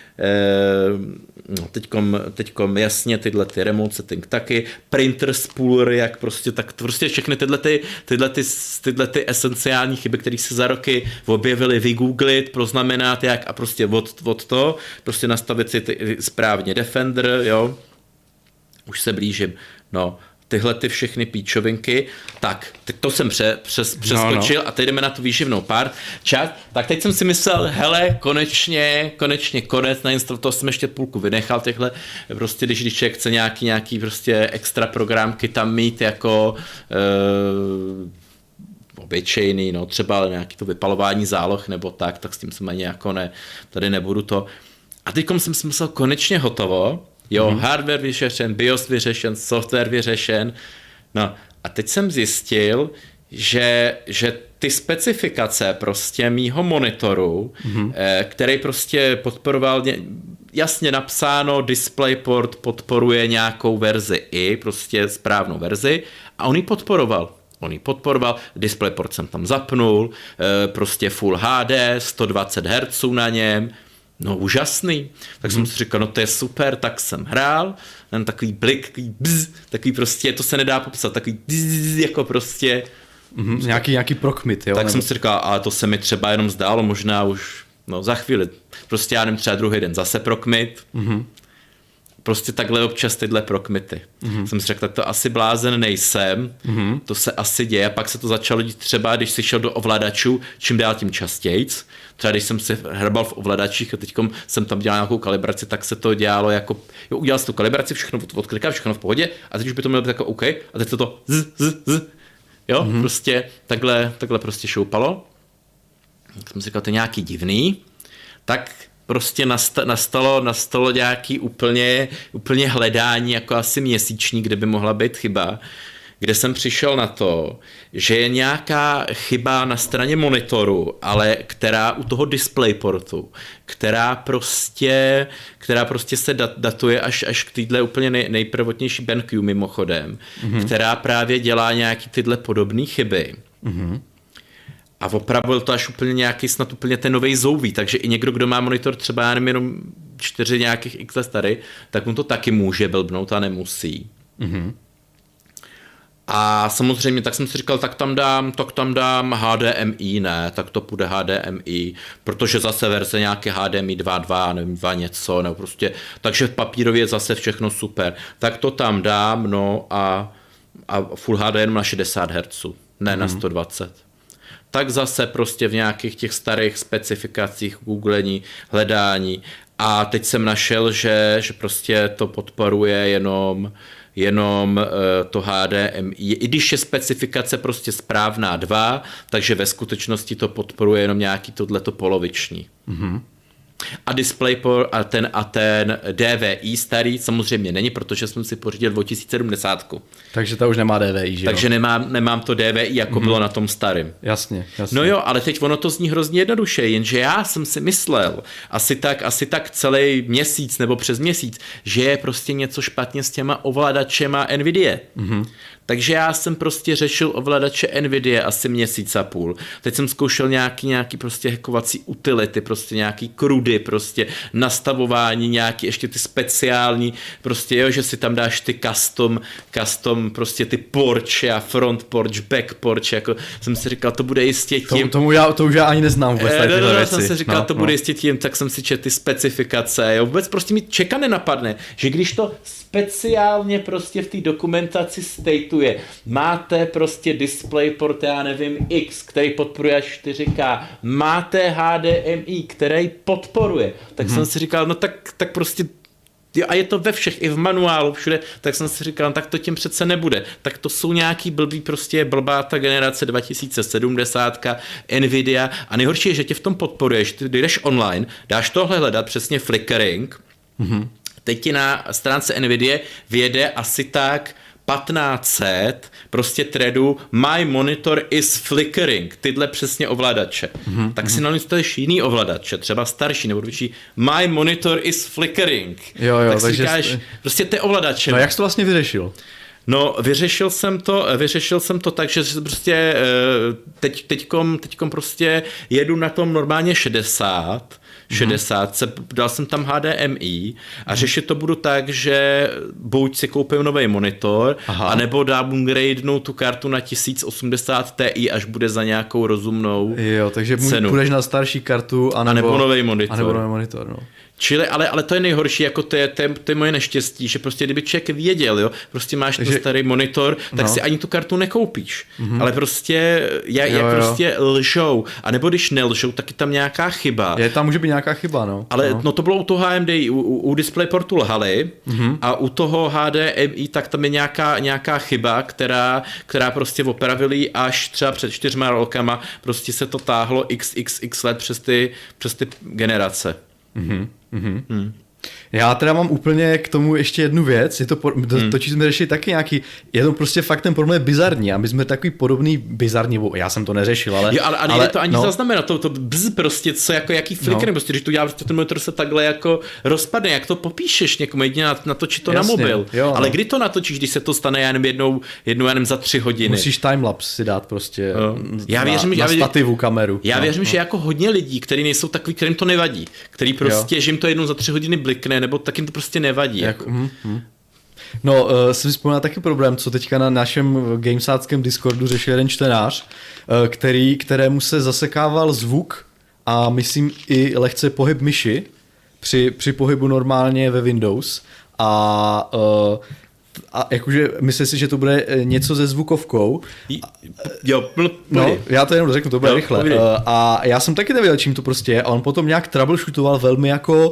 No, teďkom, teďkom jasně tyhle ty remote setting taky, printer spooler, jak prostě tak prostě všechny tyhle ty, tyhle ty, tyhle ty esenciální chyby, které se za roky objevily, vygooglit, proznamenat jak a prostě od, od to, prostě nastavit si ty, správně Defender, jo, už se blížím, no. Tyhle ty všechny píčovinky, tak, teď to jsem pře, přes, přeskočil no, no. A teď jdeme na tu výživnou pár část. Tak teď jsem si myslel, hele, konečně, konečně konec, na install, toho jsem ještě půlku vynechal, těchhle, prostě když, když člověk chce nějaký, nějaký prostě extra programky tam mít jako e, obyčejný, no třeba nějaký to vypalování záloh nebo tak, tak s tím jsem ani jako ne, tady nebudu to. A teď jsem si myslel, konečně hotovo. Jo, mm-hmm. hardware vyřešen, BIOS vyřešen, software vyřešen. No a teď jsem zjistil, že, že ty specifikace prostě mýho monitoru, mm-hmm. eh, který prostě podporoval, jasně napsáno, DisplayPort podporuje nějakou verzi i, prostě správnou verzi, a on ji podporoval. On ji podporoval, DisplayPort jsem tam zapnul, eh, prostě Full H D, sto dvacet hertzů na něm, no úžasný. Tak jsem hmm. si říkal, no to je super, tak jsem hrál, ten takový blik, takový bzz, takový prostě, to se nedá popsat, takový bzz, jako prostě. Mm-hmm, nějaký, nějaký prokmit, jo? Tak nebo... jsem si říkal, ale to se mi třeba jenom zdálo, možná už, no za chvíli, prostě já nevím, třeba druhý den zase prokmit. Mm-hmm. Prostě takhle občas tyhle prokmity. Mm-hmm. Jsem si řekl, tak to asi blázen nejsem, mm-hmm. to se asi děje, a pak se to začalo dít třeba, když jsi šel do ovladačů, čím dál tím častějc. Třeba když jsem si hrbal v ovladačích a teďkom jsem tam dělal nějakou kalibraci, tak se to dělalo jako, jo, udělal jsi tu kalibraci, všechno odklikal, všechno v pohodě, a teď už by to mělo být jako OK, a teď to to z, z, z, jo, mm-hmm. prostě takhle, takhle prostě šoupalo. Tak jsem si říkal, to je nějaký divný, tak prostě nastalo, nastalo nějaký úplně, úplně hledání, jako asi měsíční, kde by mohla být chyba. kde jsem přišel na to, že je nějaká chyba na straně monitoru, ale která u toho DisplayPortu, která prostě, která prostě se dat, datuje až, až k téhle úplně nej, nejprvotnější BenQ mimochodem, mm-hmm. která právě dělá nějaký tyhle podobné chyby. Mm-hmm. A opravdu je to až úplně nějaký, snad úplně ten novej zouvý, takže i někdo, kdo má monitor třeba já nevím, jenom čtyři nějakých X let starý, tak mu to taky může blbnout a nemusí. Mm-hmm. A samozřejmě, tak jsem si říkal, tak tam dám, tak tam dám H D M I, ne, tak to půjde H D M I, protože zase verze nějaké H D M I dva tečka dva, nevím, dva něco, nebo prostě, takže papírově je zase všechno super. Tak to tam dám, no a, a Full H D jenom na šedesát hertzů, ne mm. na sto dvacet. Tak zase prostě v nějakých těch starých specifikacích googlení, hledání a teď jsem našel, že, že prostě to podporuje jenom jenom uh, to H D M I, i když je specifikace prostě správná dva, takže ve skutečnosti to podporuje jenom nějaký tohleto poloviční. Mm-hmm. A DisplayPort a ten, a ten D V I starý samozřejmě není, protože jsem si pořídil dva tisíce sedmdesát. Takže to už nemá D V I, že jo? Takže nemám, nemám to D V I, jako mm-hmm. bylo na tom starém. Jasně, jasně. No jo, ale teď ono to zní hrozně jednoduše, jenže já jsem si myslel asi tak, asi tak celý měsíc nebo přes měsíc, že je prostě něco špatně s těma ovladačema NVIDIA. Mm-hmm. Takže já jsem prostě řešil ovladače NVIDIA asi měsíc a půl. Teď jsem zkoušel nějaký, nějaký prostě hackovací utility, prostě nějaký krudy, prostě nastavování, nějaký ještě ty speciální, prostě jo, že si tam dáš ty custom, custom prostě ty porče a front porch, back porch, jako jsem si říkal, to bude jistě tím. To, tomu já, to už já ani neznám vůbec e, tyhle no, no, věci. jsem si říkal, no, to no. bude jistě tím, tak jsem si četl ty specifikace, jo, vůbec prostě mi čeka nenapadne, že když to speciálně prostě v té dokumentaci statuje, máte prostě DisplayPort, já nevím, X, který podporuje čtyři ká, máte H D M I, který podporuje, tak hmm. jsem si říkal, no tak, tak prostě a je to ve všech, i v manuálu, všude, tak jsem si říkal, no, tak to tím přece nebude. Tak to jsou nějaký blbý, prostě blbá ta generace dva tisíce sedmdesát, NVIDIA a nejhorší je, že tě v tom podporuješ, ty jdeš online, dáš tohle hledat, přesně flickering, mm-hmm. teď ti na stránce NVIDIA vyjede asi tak patnáct set prostě threadů My monitor is flickering, tyhle přesně ovladače. Mm-hmm. Tak si nalinstaluješ jiný ovladače, třeba starší nebo větší My monitor is flickering. Jo, jo, tak si takže říkáš, jste... prostě ty ovladače. No jak jsi to vlastně vyřešil? No, vyřešil jsem to, vyřešil jsem to tak, že prostě teď, teďkom, teďkom prostě jedu na tom normálně šedesát, šedesát, hmm. dal jsem tam H D M I a hmm. řešit to budu tak, že buď si koupím nový monitor, aha. anebo dám upgradenou tu kartu na tisíc osmdesát Ti, až bude za nějakou rozumnou jo, takže cenu. Půjdeš na starší kartu, anebo, anebo nový monitor. Anebo nový monitor, no. Čili, ale, ale to je nejhorší, jako to je, to, je, to je moje neštěstí, že prostě kdyby člověk věděl, jo, prostě máš takže, to starý monitor, tak no. si ani tu kartu nekoupíš. Mm-hmm. Ale prostě, jak, jak prostě lžou. A nebo když nelžou, tak je tam nějaká chyba. Je, tam může být nějaká chyba, no. Ale no, no to bylo u toho H M D I, u, u, u DisplayPortu lhali mm-hmm. a u toho H D M I, tak tam je nějaká, nějaká chyba, která, která prostě opravili až třeba před čtyřma rokama, prostě se to táhlo x x x let přes ty, přes ty generace. Mm-hmm. Mm-hmm. Hmm. Já teda mám úplně k tomu ještě jednu věc, je to, to, hmm. to, či jsme řešili taky nějaký, je to prostě fakt ten problém bizarní a my jsme takový podobný bizarní, já jsem to neřešil, ale... Jo, ale, ale, ale to ani no. zaznamenat, to, to bzz prostě, co jako jaký flicker, no. prostě, když to udělá, prostě ten monitor se takhle jako rozpadne, jak to popíšeš někomu, jedině natočit to Jasně, na mobil, jo, ale no. kdy to natočíš, když se to stane já jenom jednou, jednou já jenom za tři hodiny. Musíš timelapse si dát prostě no. já na, věřím, na já, stativu kameru. Já no, věřím, no. že jako hodně lidí, kteří nejsou takový, kterým to nevadí, který prostě, jo. že jim to jednou za tři hodiny blikne, nebo tak jim to prostě nevadí. Jak, jako. mm, mm. No, uh, jsem vzpomněl taky problém, co teďka na našem gamesáckém Discordu řešil jeden čtenář, uh, který, kterému se zasekával zvuk a myslím i lehce pohyb myši při, při pohybu normálně ve Windows a uh, a jakože myslím si, že to bude něco se zvukovkou. Jo, no, já to jenom řeknu, to bude jo, rychle. Uh, a já jsem taky nevěděl, čím to prostě je a on potom nějak troubleshootoval velmi jako uh,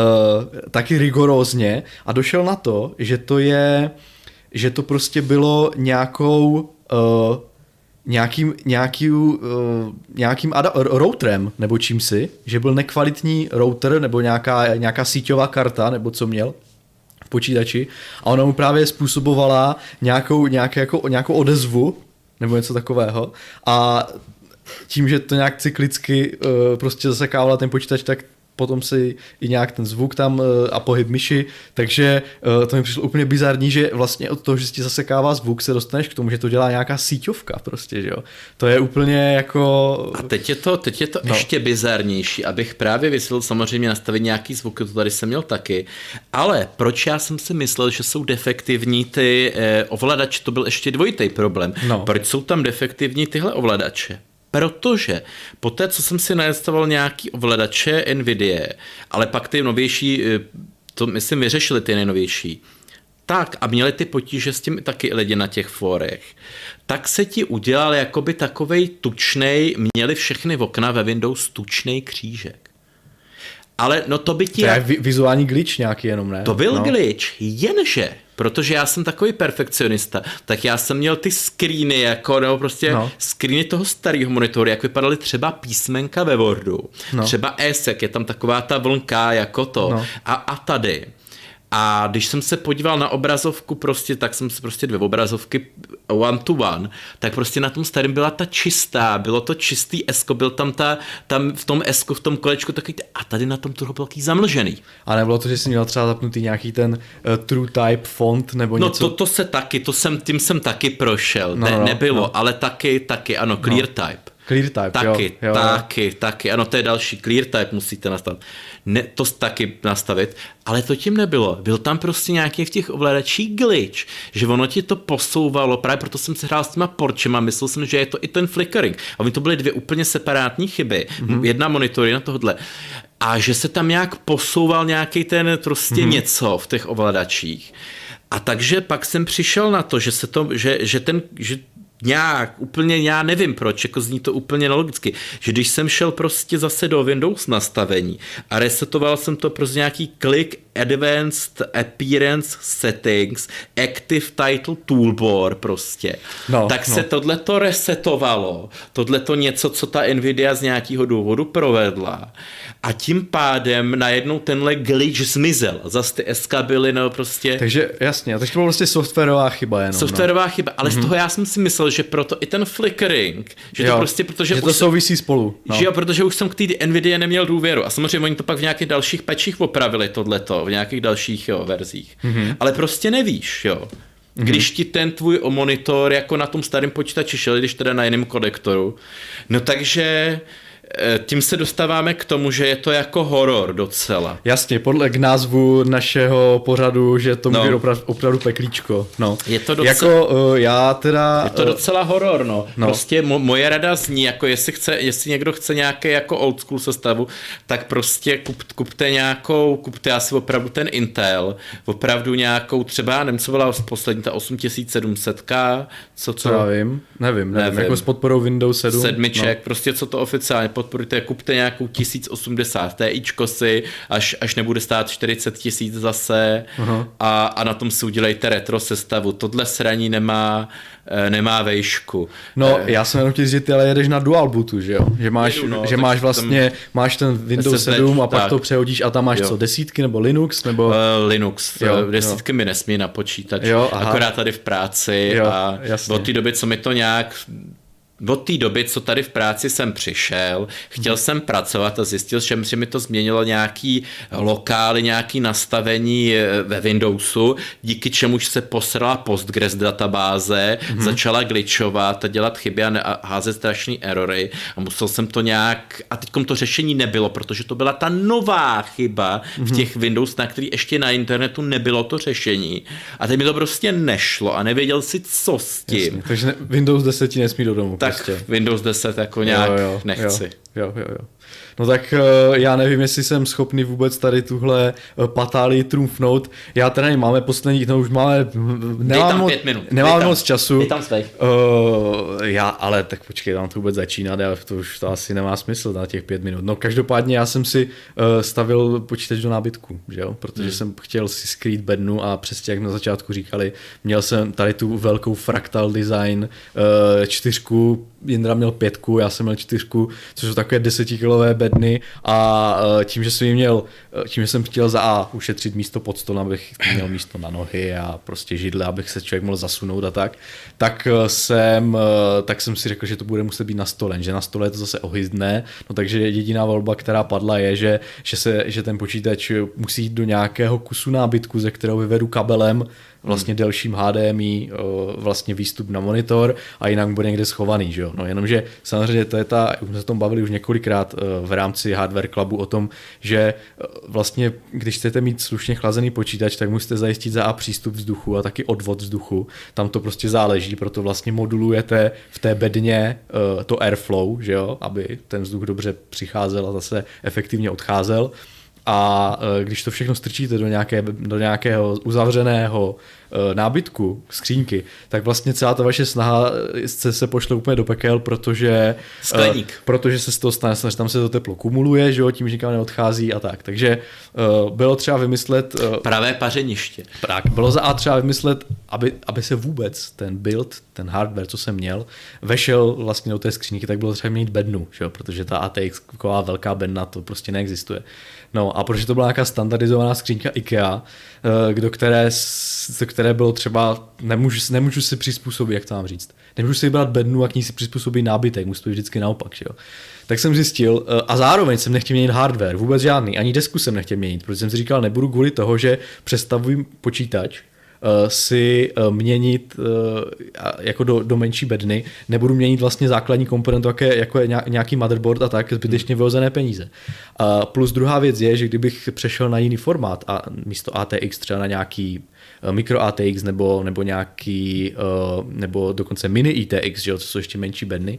taky rigorózně a došel na to, že to je, že to prostě bylo nějakou uh, nějakým, nějaký, uh, nějakým ada- routerem nebo čímsi, že byl nekvalitní router nebo nějaká, nějaká síťová karta nebo co měl. V počítači a ona mu právě způsobovala nějakou, nějaké, jako, nějakou odezvu nebo něco takového a tím, že to nějak cyklicky uh, prostě zasekávala ten počítač, tak potom si i nějak ten zvuk tam uh, a pohyb myši, takže uh, to mi přišlo úplně bizarní, že vlastně od toho, že si ti zasekává zvuk, se dostaneš k tomu, že to dělá nějaká síťovka prostě, že jo. To je úplně jako... A teď je to, teď je to no. ještě bizarnější, abych právě vysvětlil samozřejmě nastavit nějaký zvuk, to tady jsem měl taky, ale proč já jsem si myslel, že jsou defektivní ty eh, ovladače, to byl ještě dvojitý problém. No. Proč jsou tam defektivní tyhle ovladače? Protože po té, co jsem si nainstaloval nějaký ovladače NVIDIA, ale pak ty novější, to myslím vyřešili ty nejnovější, tak a měli ty potíže s tím taky lidi na těch fórech, tak se ti udělal jakoby takovej tučnej, měli všechny okna ve Windows tučnej křížek. Ale no to by ti... To je vizuální glitch nějaký jenom, ne? To byl no. glitch, jenže, protože já jsem takový perfekcionista, tak já jsem měl ty screeny, jako, nebo prostě no. screeny toho starého monitoru, jak vypadaly třeba písmenka ve Wordu, no. třeba ESEC, je tam taková ta vlnka jako to, no. a, a tady. A když jsem se podíval na obrazovku prostě, tak jsem se prostě dvě obrazovky one to one, tak prostě na tom starém byla ta čistá, bylo to čistý esko, byl tam ta, tam v tom esku, v tom kolečku takový, a tady na tom to bylo takový zamlžený. A nebylo to, že jsi měl třeba zapnutý nějaký ten uh, true type font nebo no něco? No to, to se taky, to jsem, tím jsem taky prošel, no, ne, no, nebylo, no. ale taky, taky, ano, clear no. type. Clear type, taky, jo, jo, taky, jo. taky, ano, to je další, clear type musíte nastavit. Ne, to taky nastavit, ale to tím nebylo. Byl tam prostě nějaký v těch ovladačích glitch, že ono ti to posouvalo, právě proto jsem se hrál s těma porčema, myslel jsem, že je to i ten flickering. A oni to byly dvě úplně separátní chyby. Mm-hmm. Jedna monitor, jedna tohle. A že se tam nějak posouval nějaký ten prostě mm-hmm. něco v těch ovladačích. A takže pak jsem přišel na to, že se to, že, že ten, že nějak, úplně já nevím proč, jako zní to úplně nelogicky, že když jsem šel prostě zase do Windows nastavení a resetoval jsem to prostě nějaký klik Advanced Appearance Settings, Active Title Toolbar prostě, no, tak no. se tohleto resetovalo, tohleto něco, co ta Nvidia z nějakého důvodu provedla a tím pádem najednou tenhle glitch zmizel. Zase ty S K byly no prostě... Takže jasně, takže to byla prostě softwarová chyba jenom. Softwarová no. chyba, ale mm-hmm. z toho já jsem si myslel, že proto i ten flickering, že jo, to prostě, protože... že to souvisí jsem, spolu. No. Že jo, protože už jsem k té Nvidia neměl důvěru a samozřejmě oni to pak v nějakých dalších patchích opravili tohleto, v nějakých dalších jo, verzích. Mm-hmm. Ale prostě nevíš, jo. Mm-hmm. Když ti ten tvůj monitor jako na tom starém počítači šel, když teda na jiném konektoru, no takže... Tím se dostáváme k tomu, že je to jako horor docela. Jasně, podle k názvu našeho pořadu, že to může no. opravdu, opravdu peklíčko. No. Je to docela... Jako uh, já teda... Je to docela horor, no. no. Prostě mo- moje rada zní, jako jestli chce, jestli někdo chce nějaký jako old school sestavu, tak prostě kup, kupte nějakou, kupte asi opravdu ten Intel, opravdu nějakou třeba, nevím, co byla poslední, ta osm tisíc sedm set K, co to... Já vím, nevím, nevím, nevím. Jako s podporou Windows sedm. Sedmiček, no. prostě co to oficiálně podporujte, kupte nějakou tisíc osmdesát Tičko si, až, až nebude stát čtyřicet tisíc zase uh-huh. a, a na tom si udělejte retro sestavu. Tohle sraní nemá, nemá vejšku. No, eh, já jsem jenom chtěl říct, že ty ale jedeš na dual bootu, že jo? Že máš, jedu, no, že máš vlastně, tam, máš ten Windows S S D, sedm a pak tak. to přehodíš a tam máš jo. co, desítky nebo Linux? Nebo... Uh, Linux, jo, desítky jo. mi nesmí na počítač, jo, akorát tady v práci jo, a jasně. od té doby, co mi to nějak... Od té doby, co tady v práci jsem přišel, chtěl jsem pracovat a zjistil, že mi to změnilo nějaký lokály, nějaký nastavení ve Windowsu, díky čemuž se posrala Postgres databáze, mm-hmm. začala glitchovat a dělat chyby a házet strašný erory a musel jsem to nějak, a teďkom to řešení nebylo, protože to byla ta nová chyba mm-hmm. v těch Windows, na který ještě na internetu nebylo to řešení a teď mi to prostě nešlo a nevěděl si, co s tím. Jasně, takže Windows deset nesmí do domu. Tak prostě. Windows deset jako nějak jo, jo, nechci. Jo, jo, jo. No tak já nevím, jestli jsem schopný vůbec tady tuhle patálii trumfnout. Já teda nemáme poslední, no už máme, nemám moc, nemáme moc času. Dej tam svej. Uh, já, ale tak počkej, tam to vůbec začínat, já, to už to asi nemá smysl na těch pět minut. No každopádně já jsem si uh, stavil počítač do nábytku, že jo, protože hmm. jsem chtěl si skrýt bednu a přesně jak na začátku říkali, měl jsem tady tu velkou Fractal Design uh, čtyřku Jindra měl pětku, já jsem měl čtyřku, což jsou takové desetikilové bedny a tím, že jsem měl, tím, že jsem chtěl za A ušetřit místo pod stolem, abych měl místo na nohy a prostě židle, abych se člověk mohl zasunout a tak, tak jsem, tak jsem si řekl, že to bude muset být na stole, že na stole je to zase ohyzdné, no takže jediná volba, která padla je, že, že, se, že ten počítač musí jít do nějakého kusu nábytku, ze kterého vyvedu kabelem, vlastně delším H D M I, vlastně výstup na monitor a jinak bude někde schovaný, že jo. No jenomže samozřejmě to je ta, už jsme se o tom bavili už několikrát v rámci Hardware Clubu o tom, že vlastně když chcete mít slušně chlazený počítač, tak musíte zajistit za A přístup vzduchu a taky odvod vzduchu. Tam to prostě záleží, proto vlastně modulujete v té bedně to airflow, že jo, aby ten vzduch dobře přicházel a zase efektivně odcházel. A když to všechno strčíte do, nějaké, do nějakého uzavřeného nábytku, skřínky, tak vlastně celá ta vaše snaha se, se pošle úplně do pekel, protože skleník. Uh, protože se z toho stane, že tam se to teplo kumuluje, že jo, tím, že nikam neodchází a tak. Takže uh, bylo třeba vymyslet... Uh, pravé pařeniště. Tak, bylo za A třeba vymyslet, aby, aby se vůbec ten build, ten hardware, co jsem měl, vešel vlastně do té skřínky, tak bylo třeba mít bednu, že jo, protože ta A T X, taková velká bedna, to prostě neexistuje. No a protože to byla nějaká standardizovaná skřínka IKEA, do které, do které bylo třeba, nemůžu, nemůžu si přizpůsobit, jak to mám říct, nemůžu si vybrat bednu a k ní si přizpůsobit nábytek, musí to být vždycky naopak, že jo. Tak jsem zjistil, a zároveň jsem nechtěl měnit hardware, vůbec žádný, ani desku jsem nechtěl měnit, protože jsem si říkal, nebudu kvůli toho, že přestavuji počítač, si měnit jako do, do menší bedny, nebudu měnit vlastně základní komponent, jako je, jako je nějaký motherboard a tak, zbytečně vyhozené peníze. A plus druhá věc je, že kdybych přešel na jiný formát a místo A T X třeba na nějaký mikro A T X nebo, nebo nějaký, nebo dokonce mini I T X, že jo, co jsou ještě menší bedny,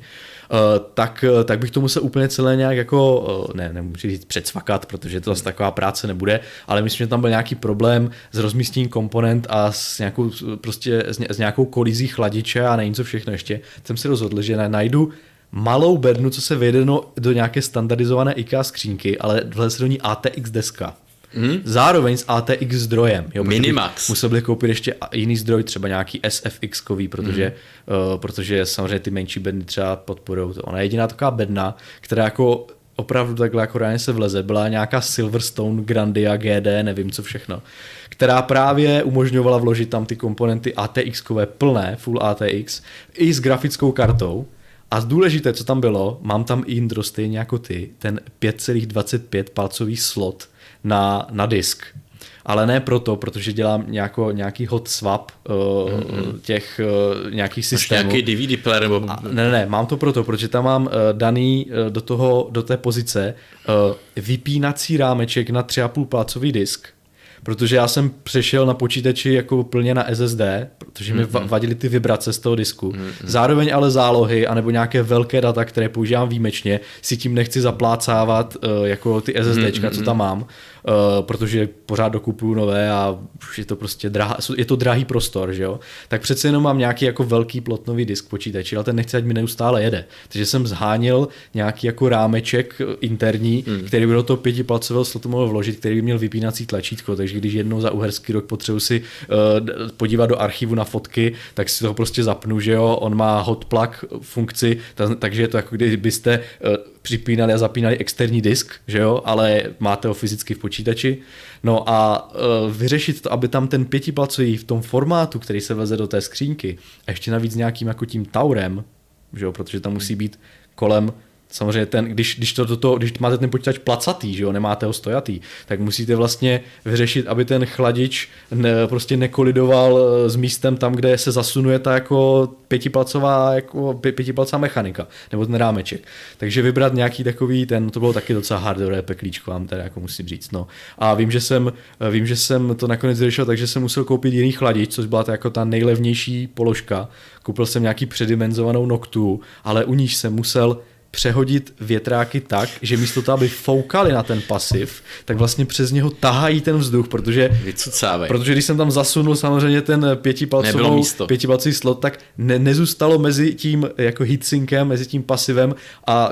tak, tak bych to musel úplně celé nějak jako, ne, nemůžu říct předsvakat, protože to zase taková práce nebude, ale myslím, že tam byl nějaký problém s rozmístěním komponent a s nějakou, prostě, s nějakou kolizí chladiče a nevím co všechno ještě. Jsem si rozhodl, že najdu malou bednu, co se vejde do, do nějaké standardizované IKEA skřínky, ale vhle se do ní A T X deska. Hmm? Zároveň s A T X zdrojem. Jo, Minimax. Musel bych koupit ještě jiný zdroj, třeba nějaký S F X-kový, protože, hmm. uh, protože samozřejmě ty menší bedny třeba podporují to. Ona je jediná taková bedna, která jako opravdu takhle jako reálně se vleze, byla nějaká Silverstone, Grandia, G D, nevím co všechno, která právě umožňovala vložit tam ty komponenty A T X-kové plné, full A T X, i s grafickou kartou. A důležité, co tam bylo, mám tam i Indro stejně jako ty, ten pět celá dvacet pět palcový slot na, na disk. Ale ne proto, protože dělám nějako, nějaký hot swap uh, mm-hmm. těch uh, nějakých systémů. Máš nějaký D V D player? Nebo... A, ne, ne, mám to proto, protože tam mám uh, daný uh, do, toho, do té pozice uh, vypínací rámeček na tři a půl palcový disk. Protože já jsem přešel na počítači jako plně na S S D, protože mi mm-hmm. vadily ty vibrace z toho disku. Mm-hmm. Zároveň ale zálohy, anebo nějaké velké data, které používám výjimečně, si tím nechci zaplácávat uh, jako ty SSDčka, mm-hmm. co tam mám, uh, protože pořád dokupuju nové a už je to prostě drahá, je to drahý prostor, že jo? Tak přece jenom mám nějaký jako velký plotnový disk počítači, ale ten nechci, ať mi neustále jede. Takže jsem zháněl nějaký jako rámeček interní, mm. který by do toho pětipalcového slotu mohl vložit, který by měl vypínací tlačítko, takže když jednou za uherský rok potřebuji si uh, podívat do archivu na fotky, tak si toho prostě zapnu, že jo, on má hot plug funkci, ta, takže je to jako kdybyste uh, připínali a zapínali externí disk, že jo, ale máte ho fyzicky v počítači. No a uh, vyřešit to, aby tam ten pětipalcový v tom formátu, který se veze do té skřínky, a ještě navíc nějakým jako tím taurem, že jo, protože tam musí být kolem. Samozřejmě ten, když, když, to, to, to, když máte ten počítač placatý, že jo, nemáte ho stojatý, tak musíte vlastně vyřešit, aby ten chladič ne, prostě nekolidoval s místem tam, kde se zasunuje ta jako pětipalcová, jako pětipalcová mechanika, nebo ten rámeček. Takže vybrat nějaký takový, ten, to bylo taky docela hardware peklíčko, vám teda jako musím říct, no. A vím, že jsem, vím, že jsem to nakonec vyřešil, takže jsem musel koupit jiný chladič, což byla ta jako ta nejlevnější položka. Koupil jsem nějaký předimenzovanou Noctu, ale u níž jsem musel přehodit větráky tak, že místo toho, aby foukali na ten pasiv, tak vlastně přes něho tahají ten vzduch, protože, protože když jsem tam zasunul samozřejmě ten pětipalcový slot, tak ne, nezůstalo mezi tím jako heatsinkem, mezi tím pasivem a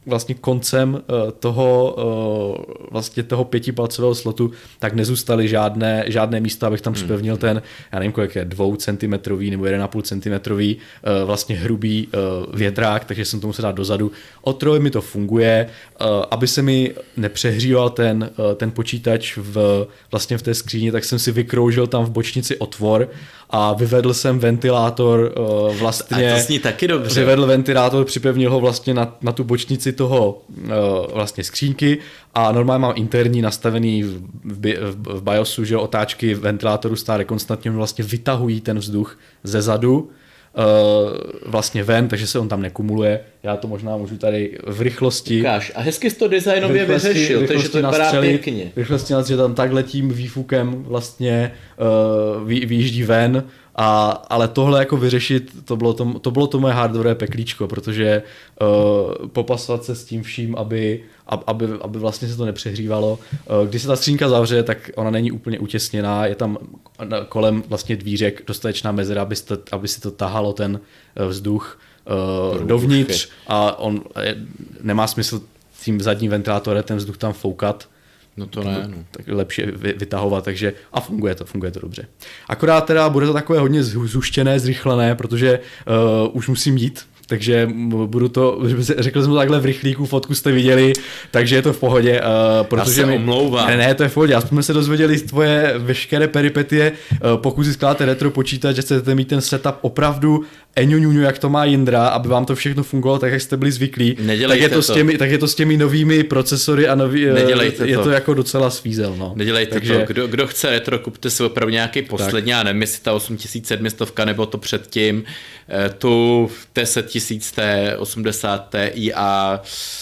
vlastně koncem toho vlastně toho pětipalcového slotu, tak nezůstaly žádné, žádné místa, abych tam připevnil ten, já nevím kolik je, dvoucentimetrový nebo jeden a půl centimetrový vlastně hrubý větrák, takže jsem to musel dát dozadu. Od troje mi to funguje, aby se mi nepřehříval ten, ten počítač v, vlastně v té skříni, tak jsem si vykroužil tam v bočnici otvor a vyvedl jsem ventilátor vlastně. A to zní taky dobře. Vyvedl ventilátor, připevnil ho vlastně na, na tu bočnici toho vlastně skřínky a normálně mám interní nastavený v, v, v BIOSu, že otáčky ventilátoru stále konstantně vlastně vytahují ten vzduch ze zadu vlastně ven, takže se on tam nekumuluje. Já to možná můžu tady v rychlosti. Ukáž. A hezky jsi to designově vyřešil, takže to vypadá pěkně. V rychlosti nás, že tam takhle tím výfukem vlastně uh, vy, vyjíždí ven, a, ale tohle jako vyřešit, to bylo to, to, bylo to moje hardware peklíčko, protože uh, popasovat se s tím vším, aby, aby, aby vlastně se to nepřehřívalo. Uh, když se ta skřínka zavře, tak ona není úplně utěsněná, je tam kolem vlastně dvířek dostatečná mezera, aby, to, aby si to tahalo ten vzduch uh, dovnitř a on nemá smysl tím zadním ventilátorem ten vzduch tam foukat. No to ne. No. Tak lepší vytahovat, takže a funguje to, funguje to dobře. Akorát teda bude to takové hodně zuštěné, zrychlené, protože uh, už musím jít, takže budu to, řekl jsem to takhle v rychlíku, fotku jste viděli, takže je to v pohodě. Uh, protože Já se mi, omlouvám. Ne, ne, to je v pohodě, aspoň jsme se dozvěděli tvoje veškeré peripetie, uh, pokud si skládáte retro počítač, že chcete mít ten setup opravdu eňuňuňu, jak to má Jindra, aby vám to všechno fungovalo tak, jak jste byli zvyklí, tak je to, to. S těmi, tak je to s těmi novými procesory a nový, Nedělejte je to. to jako docela svízel. No. Nedělejte takže... to. Kdo, kdo chce retro, kupte si opravdu nějaký poslední, já nevím, jestli ta osm tisíc sedm set nebo to předtím, tu deset tisíc osmdesát Ti a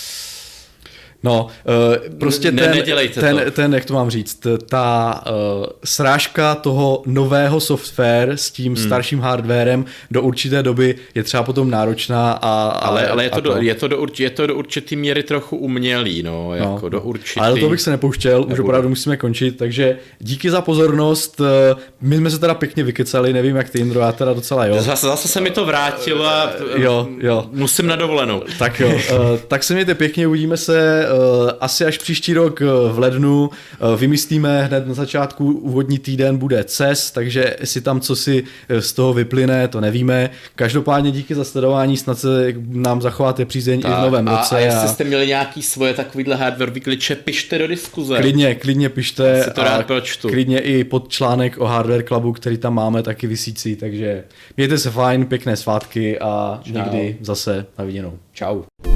No, uh, prostě ne, ten, ten, ten, jak to mám říct, ta uh, srážka toho nového software s tím hmm. starším hardwarem do určité doby je třeba potom náročná. A, ale ale je, to a do, to. je, to do, je to do určitý míry trochu umělý, no, jako no, do určitý. Ale do toho bych se nepouštěl, Nebudu. Už opravdu musíme končit, takže díky za pozornost, my jsme se teda pěkně vykecali, nevím jak ty, Jindro, já teda docela jo. Zase, zase se mi to vrátilo a jo, jo. musím na dovolenou. Tak jo, uh, tak se mějte pěkně, uvidíme se Uh, asi až příští rok v lednu. Uh, vymyslíme hned na začátku, úvodní týden bude C E S, takže jestli tam co si z toho vyplyne, to nevíme. Každopádně díky za sledování, snad se nám zachováte přízeň tak, i v novém a, roce. A jestli jste měli nějaký svoje takovýhle hardware výkliče, pište do diskuze. Klidně, klidně pište to rád pročtu. Klidně i pod článek o Hardware Clubu, který tam máme taky visící, takže mějte se fajn, pěkné svátky a Čau. Někdy zase na viděnou. Čau.